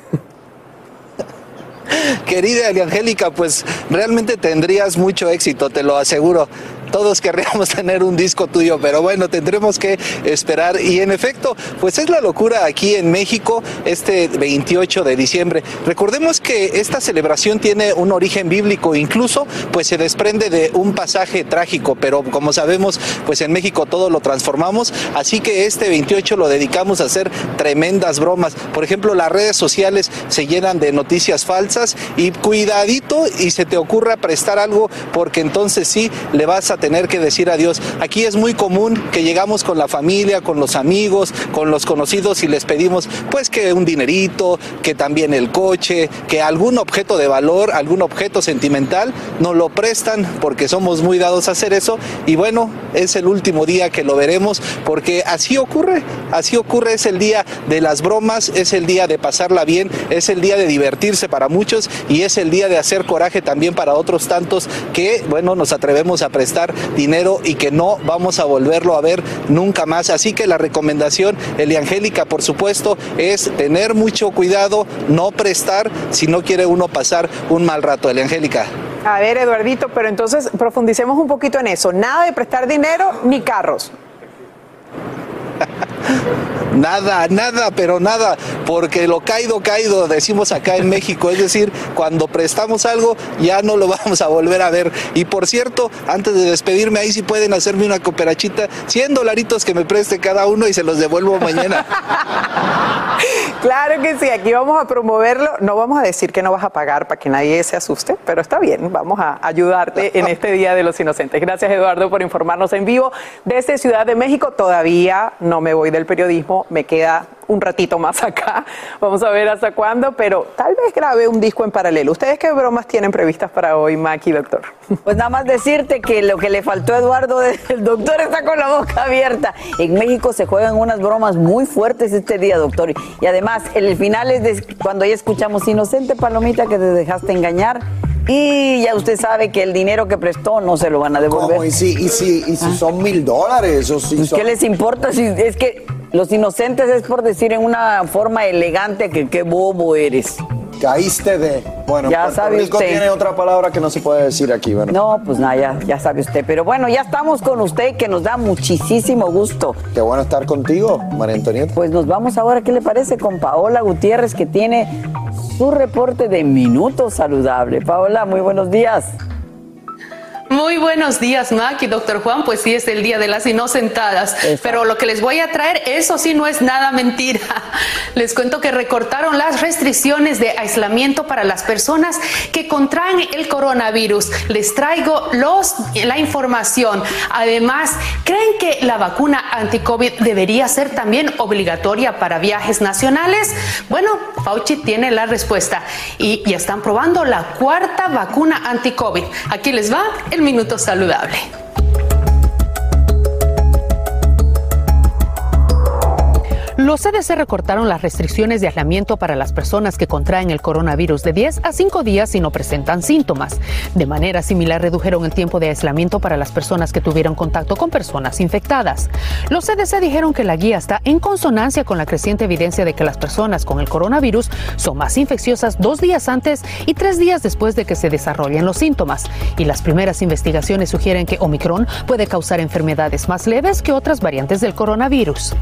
Querida Eliangélica, pues realmente tendrías mucho éxito, te lo aseguro. Todos querríamos tener un disco tuyo, pero bueno, tendremos que esperar. Y en efecto, pues es la locura aquí en México este 28 de diciembre. Recordemos que esta celebración tiene un origen bíblico, incluso pues se desprende de un pasaje trágico, pero como sabemos, pues en México todo lo transformamos, así que este 28 lo dedicamos a hacer tremendas bromas. Por ejemplo, las redes sociales se llenan de noticias falsas y cuidadito y se te ocurra prestar algo, porque entonces sí le vas a tener que decir adiós. Aquí es muy común que llegamos con la familia, con los amigos, con los conocidos y les pedimos pues que un dinerito, que también el coche, que algún objeto de valor, algún objeto sentimental, nos lo prestan porque somos muy dados a hacer eso. Y bueno, es el último día que lo veremos porque así ocurre, es el día de las bromas, es el día de pasarla bien, es el día de divertirse para muchos y es el día de hacer coraje también para otros tantos que, bueno, nos atrevemos a prestar dinero y que no vamos a volverlo a ver nunca más. Así que la recomendación, Eliangélica, por supuesto, es tener mucho cuidado, no prestar si no quiere uno pasar un mal rato. Eliangélica. A ver, Eduardito, pero entonces profundicemos un poquito en eso. Nada de prestar dinero ni carros. Nada, pero nada, porque lo caído, decimos acá en México, es decir, cuando prestamos algo ya no lo vamos a volver a ver. Y por cierto, antes de despedirme, ahí sí pueden hacerme una cooperachita, $100 que me preste cada uno y se los devuelvo mañana. Claro que sí, aquí vamos a promoverlo. No vamos a decir que no vas a pagar para que nadie se asuste, pero está bien, vamos a ayudarte en este Día de los Inocentes. Gracias, Eduardo, por informarnos en vivo desde Ciudad de México. Todavía no me voy del periodismo, me queda un ratito más acá. Vamos a ver hasta cuándo, pero tal vez grabe un disco en paralelo. ¿Ustedes qué bromas tienen previstas para hoy, Maki, doctor? Pues nada más decirte que lo que le faltó a Eduardo, el doctor está con la boca abierta. En México se juegan unas bromas muy fuertes este día, doctor. Y además, el final es de cuando ya escuchamos inocente palomita que te dejaste engañar. Y ya usted sabe que el dinero que prestó no se lo van a devolver. ¿Cómo? ¿Y si son $1,000? ¿O si son... ¿Qué les importa? Si es que los inocentes es por decir en una forma elegante que qué bobo eres. Caíste de... Bueno, ya Puerto sabe Rico usted. Tiene otra palabra que no se puede decir aquí, ¿verdad? No, pues nada, ya sabe usted. Pero bueno, ya estamos con usted, que nos da muchísimo gusto. Qué bueno estar contigo, María Antonieta. Pues nos vamos ahora, ¿qué le parece? Con Paola Gutiérrez, que tiene su reporte de Minuto Saludable. Paola, muy buenos días. Muy buenos días, Mac y doctor Juan. Pues sí, es el Día de las Inocentadas. Pero lo que les voy a traer, eso sí no es nada mentira. Les cuento que recortaron las restricciones de aislamiento para las personas que contraen el coronavirus. Les traigo la información. Además, ¿creen que la vacuna anti-COVID debería ser también obligatoria para viajes nacionales? Bueno, Fauci tiene la respuesta y ya están probando la cuarta vacuna anti-COVID. Aquí les va el Minuto Saludable. Los CDC recortaron las restricciones de aislamiento para las personas que contraen el coronavirus de 10 a 5 días si no presentan síntomas. De manera similar, redujeron el tiempo de aislamiento para las personas que tuvieron contacto con personas infectadas. Los CDC dijeron que la guía está en consonancia con la creciente evidencia de que las personas con el coronavirus son más infecciosas 2 días antes y 3 días después de que se desarrollen los síntomas. Y las primeras investigaciones sugieren que Omicron puede causar enfermedades más leves que otras variantes del coronavirus.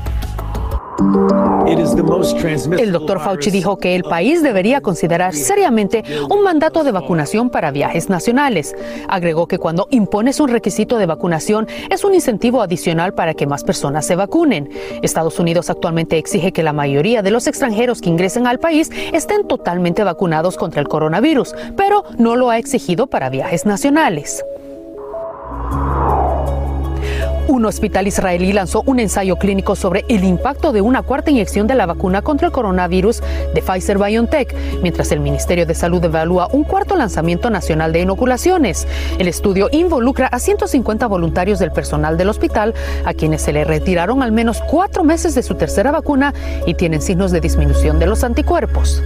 El doctor Fauci dijo que el país debería considerar seriamente un mandato de vacunación para viajes nacionales. Agregó que cuando impones un requisito de vacunación es un incentivo adicional para que más personas se vacunen. Estados Unidos actualmente exige que la mayoría de los extranjeros que ingresen al país estén totalmente vacunados contra el coronavirus, pero no lo ha exigido para viajes nacionales. Un hospital israelí lanzó un ensayo clínico sobre el impacto de una cuarta inyección de la vacuna contra el coronavirus de Pfizer-BioNTech, mientras el Ministerio de Salud evalúa un cuarto lanzamiento nacional de inoculaciones. El estudio involucra a 150 voluntarios del personal del hospital, a quienes se le retiraron al menos 4 meses de su tercera vacuna y tienen signos de disminución de los anticuerpos.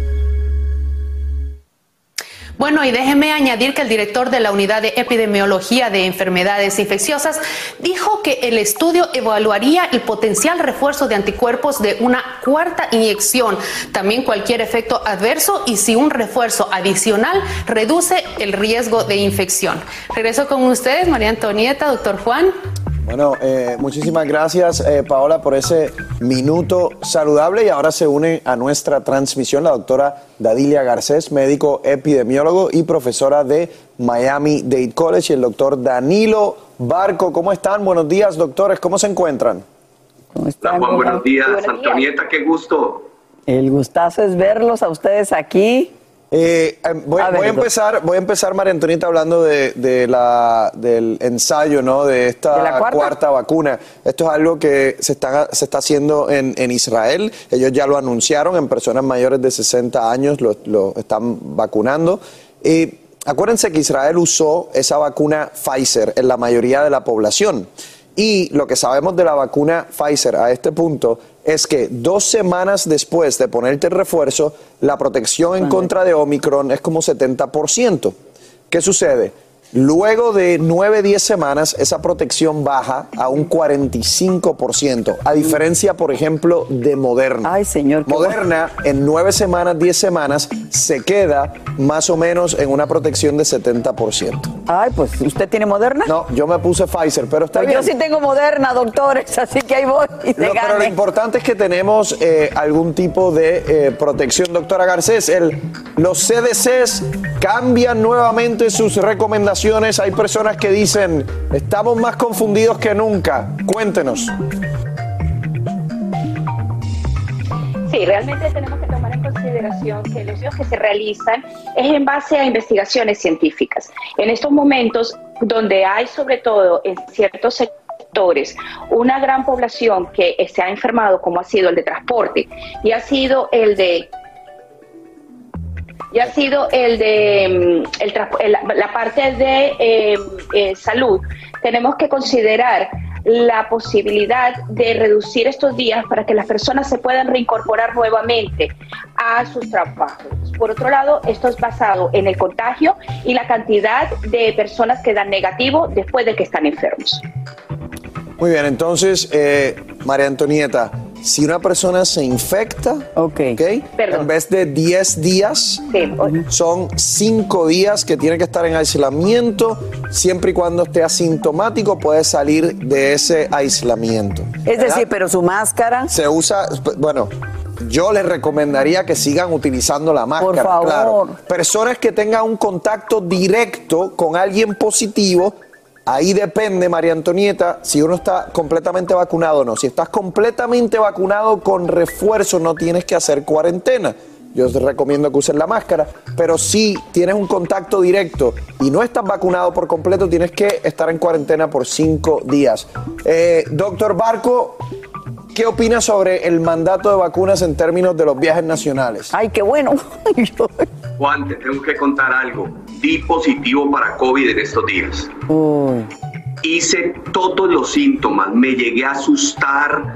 Bueno, y déjeme añadir que el director de la Unidad de Epidemiología de Enfermedades Infecciosas dijo que el estudio evaluaría el potencial refuerzo de anticuerpos de una cuarta inyección, también cualquier efecto adverso y si un refuerzo adicional reduce el riesgo de infección. Regreso con ustedes, María Antonieta, doctor Juan. Bueno, muchísimas gracias, Paola, por ese Minuto Saludable. Y ahora se une a nuestra transmisión la doctora Dadilia Garcés, médico epidemiólogo y profesora de Miami-Dade College, y el doctor Danilo Barco. ¿Cómo están? Buenos días, doctores. ¿Cómo se encuentran? ¿Cómo están? Juan, buenos días. Antonieta, qué gusto. El gustazo es verlos a ustedes aquí. Voy a empezar, María Antonieta, hablando del ensayo, ¿no? De esta cuarta vacuna. Esto es algo que se está haciendo en Israel. Ellos ya lo anunciaron, en personas mayores de 60 años lo están vacunando. Acuérdense que Israel usó esa vacuna Pfizer en la mayoría de la población. Y lo que sabemos de la vacuna Pfizer a este punto es que 2 semanas después de ponerte el refuerzo, la protección en contra de Omicron es como 70%. ¿Qué sucede? Luego de 9-10 semanas, esa protección baja a un 45%, a diferencia, por ejemplo, de Moderna. Ay, señor. Moderna, en 9 semanas, 10 semanas, se queda más o menos en una protección de 70%. Ay, pues, ¿usted tiene Moderna? No, yo me puse Pfizer, pero está bien. Yo sí tengo Moderna, doctores, así que ahí voy y pero lo importante es que tenemos algún tipo de protección. Doctora Garcés, los CDCs cambian nuevamente sus recomendaciones. Hay personas que dicen, estamos más confundidos que nunca. Cuéntenos. Sí, realmente tenemos que tomar en consideración que los estudios que se realizan es en base a investigaciones científicas. En estos momentos, donde hay sobre todo en ciertos sectores una gran población que se ha enfermado, como ha sido el de transporte y ha sido el de la parte de salud, tenemos que considerar la posibilidad de reducir estos días para que las personas se puedan reincorporar nuevamente a sus trabajos. Por otro lado, esto es basado en el contagio y la cantidad de personas que dan negativo después de que están enfermos. Muy bien, entonces, María Antonieta, si una persona se infecta, en vez de 10 días, son 5 días que tiene que estar en aislamiento. Siempre y cuando esté asintomático, puede salir de ese aislamiento. Es decir, pero su máscara se usa, bueno, yo les recomendaría que sigan utilizando la máscara. Por favor. Claro. Personas que tengan un contacto directo con alguien positivo, ahí depende, María Antonieta, si uno está completamente vacunado o no. Si estás completamente vacunado con refuerzo, no tienes que hacer cuarentena. Yo te recomiendo que uses la máscara, pero si tienes un contacto directo y no estás vacunado por completo, tienes que estar en cuarentena por 5 días. Doctor Barco, ¿qué opinas sobre el mandato de vacunas en términos de los viajes nacionales? Ay, qué bueno. Juan, te tengo que contar algo. Di positivo para COVID en estos días. Hice todos los síntomas, me llegué a asustar.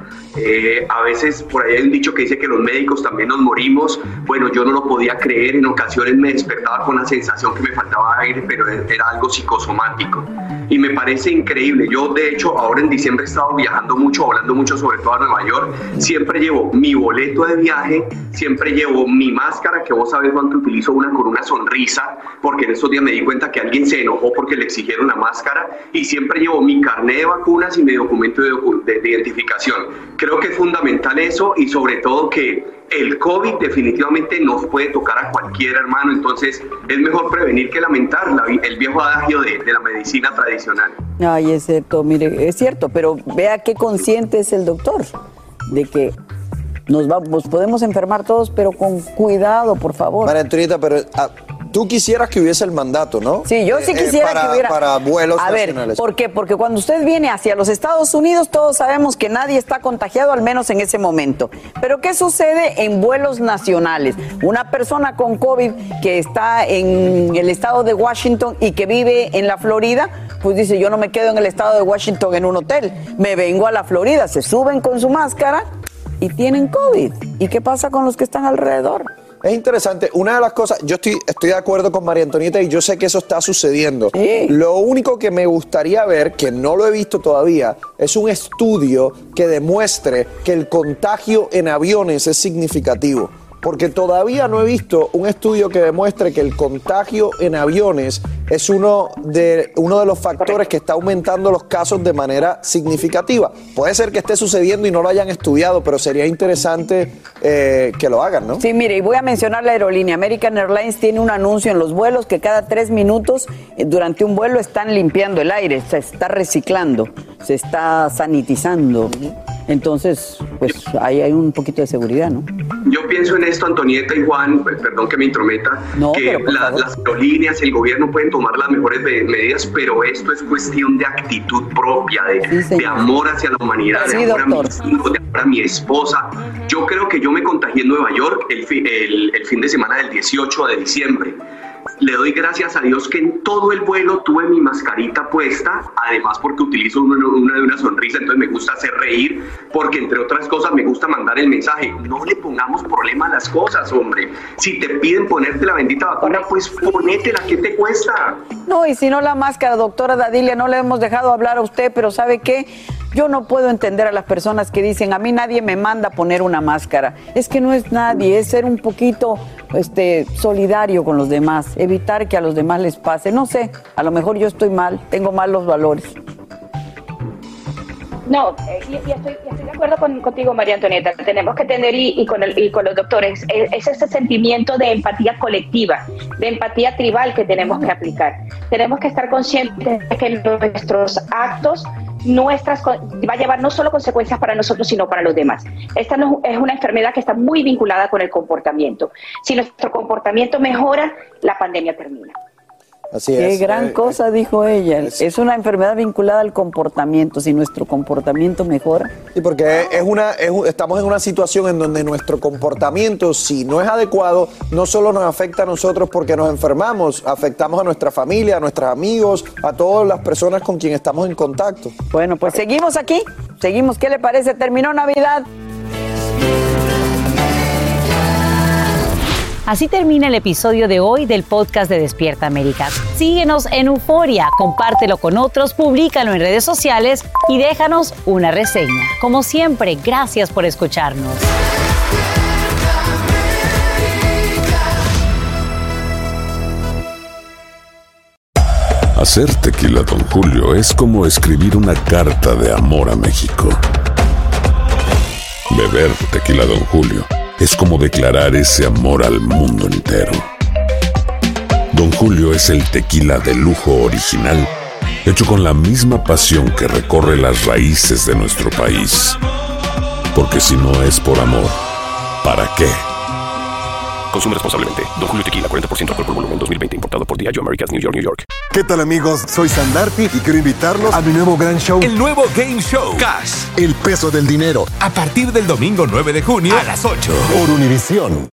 A veces por ahí hay un dicho que dice que los médicos también nos morimos. Bueno, yo no lo podía creer, en ocasiones me despertaba con la sensación que me faltaba aire, pero era algo psicosomático. Y me parece increíble. Yo, de hecho, ahora en diciembre he estado viajando mucho, volando mucho, sobre todo a Nueva York. Siempre llevo mi boleto de viaje, siempre llevo mi máscara, que vos sabés, Juan, que utilizo una con una sonrisa, porque en estos días me di cuenta que alguien se enojó porque le exigieron la máscara, y siempre llevo mi carnet de vacunas y mi documento de identificación. Creo que es fundamental eso, y sobre todo que el COVID definitivamente nos puede tocar a cualquier hermano, entonces es mejor prevenir que lamentar, el viejo adagio de la medicina tradicional. Ay, es cierto, mire, es cierto, pero vea qué consciente es el doctor de que nos podemos enfermar todos, pero con cuidado, por favor. María Antonieta, pero tú quisieras que hubiese el mandato, ¿no? Sí, yo sí quisiera que hubiera. Para vuelos nacionales. A ver, ¿por qué? Porque cuando usted viene hacia los Estados Unidos, todos sabemos que nadie está contagiado, al menos en ese momento. Pero ¿qué sucede en vuelos nacionales? Una persona con COVID que está en el estado de Washington y que vive en la Florida, pues dice, yo no me quedo en el estado de Washington en un hotel, me vengo a la Florida, se suben con su máscara y tienen COVID. ¿Y qué pasa con los que están alrededor? Es interesante, una de las cosas, yo estoy de acuerdo con María Antonieta y yo sé que eso está sucediendo. Sí. Lo único que me gustaría ver, que no lo he visto todavía, es un estudio que demuestre que el contagio en aviones es significativo. Porque todavía no he visto un estudio que demuestre que el contagio en aviones es uno de los factores que está aumentando los casos de manera significativa. Puede ser que esté sucediendo y no lo hayan estudiado, pero sería interesante que lo hagan, ¿no? Sí, mire, y voy a mencionar la aerolínea. American Airlines tiene un anuncio en los vuelos que cada 3 minutos durante un vuelo están limpiando el aire, se está reciclando, se está sanitizando. Entonces, pues ahí hay un poquito de seguridad, ¿no? Yo pienso en esto, Antonieta y Juan, perdón que me intrometa, que las aerolíneas, el gobierno pueden tomar las mejores medidas, pero esto es cuestión de actitud propia, de amor hacia la humanidad, de amor a mis hijos, de amor a mi esposa. Yo creo que yo me contagié en Nueva York el fin de semana del 18 de diciembre. Le doy gracias a Dios que en todo el vuelo tuve mi mascarita puesta, además porque utilizo una sonrisa, entonces me gusta hacer reír, porque entre otras cosas me gusta mandar el mensaje. No le pongamos problema a las cosas, hombre. Si te piden ponerte la bendita vacuna, pues ponétela, ¿qué te cuesta? No, y si no la máscara, doctora Dadilia, no le hemos dejado hablar a usted, pero ¿sabe qué? Yo no puedo entender a las personas que dicen, a mí nadie me manda a poner una máscara. Es que no es nadie, es ser un poquito solidario con los demás, evitar que a los demás les pase. No sé, a lo mejor yo estoy mal, tengo mal los valores. No, y estoy de acuerdo contigo, María Antonieta. Tenemos que tener, y con los doctores, es ese sentimiento de empatía colectiva, de empatía tribal que tenemos que aplicar. Tenemos que estar conscientes de que nuestros actos va a llevar no solo consecuencias para nosotros, sino para los demás. Esta es una enfermedad que está muy vinculada con el comportamiento. Si nuestro comportamiento mejora, la pandemia termina. Así Qué es. gran cosa dijo ella. Es una enfermedad vinculada al comportamiento. Si nuestro comportamiento mejora. Sí, porque estamos en una situación en donde nuestro comportamiento, si no es adecuado, no solo nos afecta a nosotros porque nos enfermamos, afectamos a nuestra familia, a nuestros amigos, a todas las personas con quien estamos en contacto. Bueno, pues seguimos aquí. Seguimos. ¿Qué le parece? Terminó Navidad. Así termina el episodio de hoy del podcast de Despierta América. Síguenos en Euforia, compártelo con otros, públicalo en redes sociales y déjanos una reseña. Como siempre, gracias por escucharnos. Hacer tequila Don Julio es como escribir una carta de amor a México. Beber tequila Don Julio es como declarar ese amor al mundo entero. Don Julio es el tequila de lujo original, hecho con la misma pasión que recorre las raíces de nuestro país. Porque si no es por amor, ¿para qué? Consume responsablemente. Don Julio Tequila, 40% alcohol por volumen, 2020. Importado por Diageo Americas, New York, New York. ¿Qué tal, amigos? Soy Sandarti y quiero invitarlos a mi nuevo gran show. El nuevo Game Show. Cash. El peso del dinero. A partir del domingo 9 de junio a las 8. Por Univisión.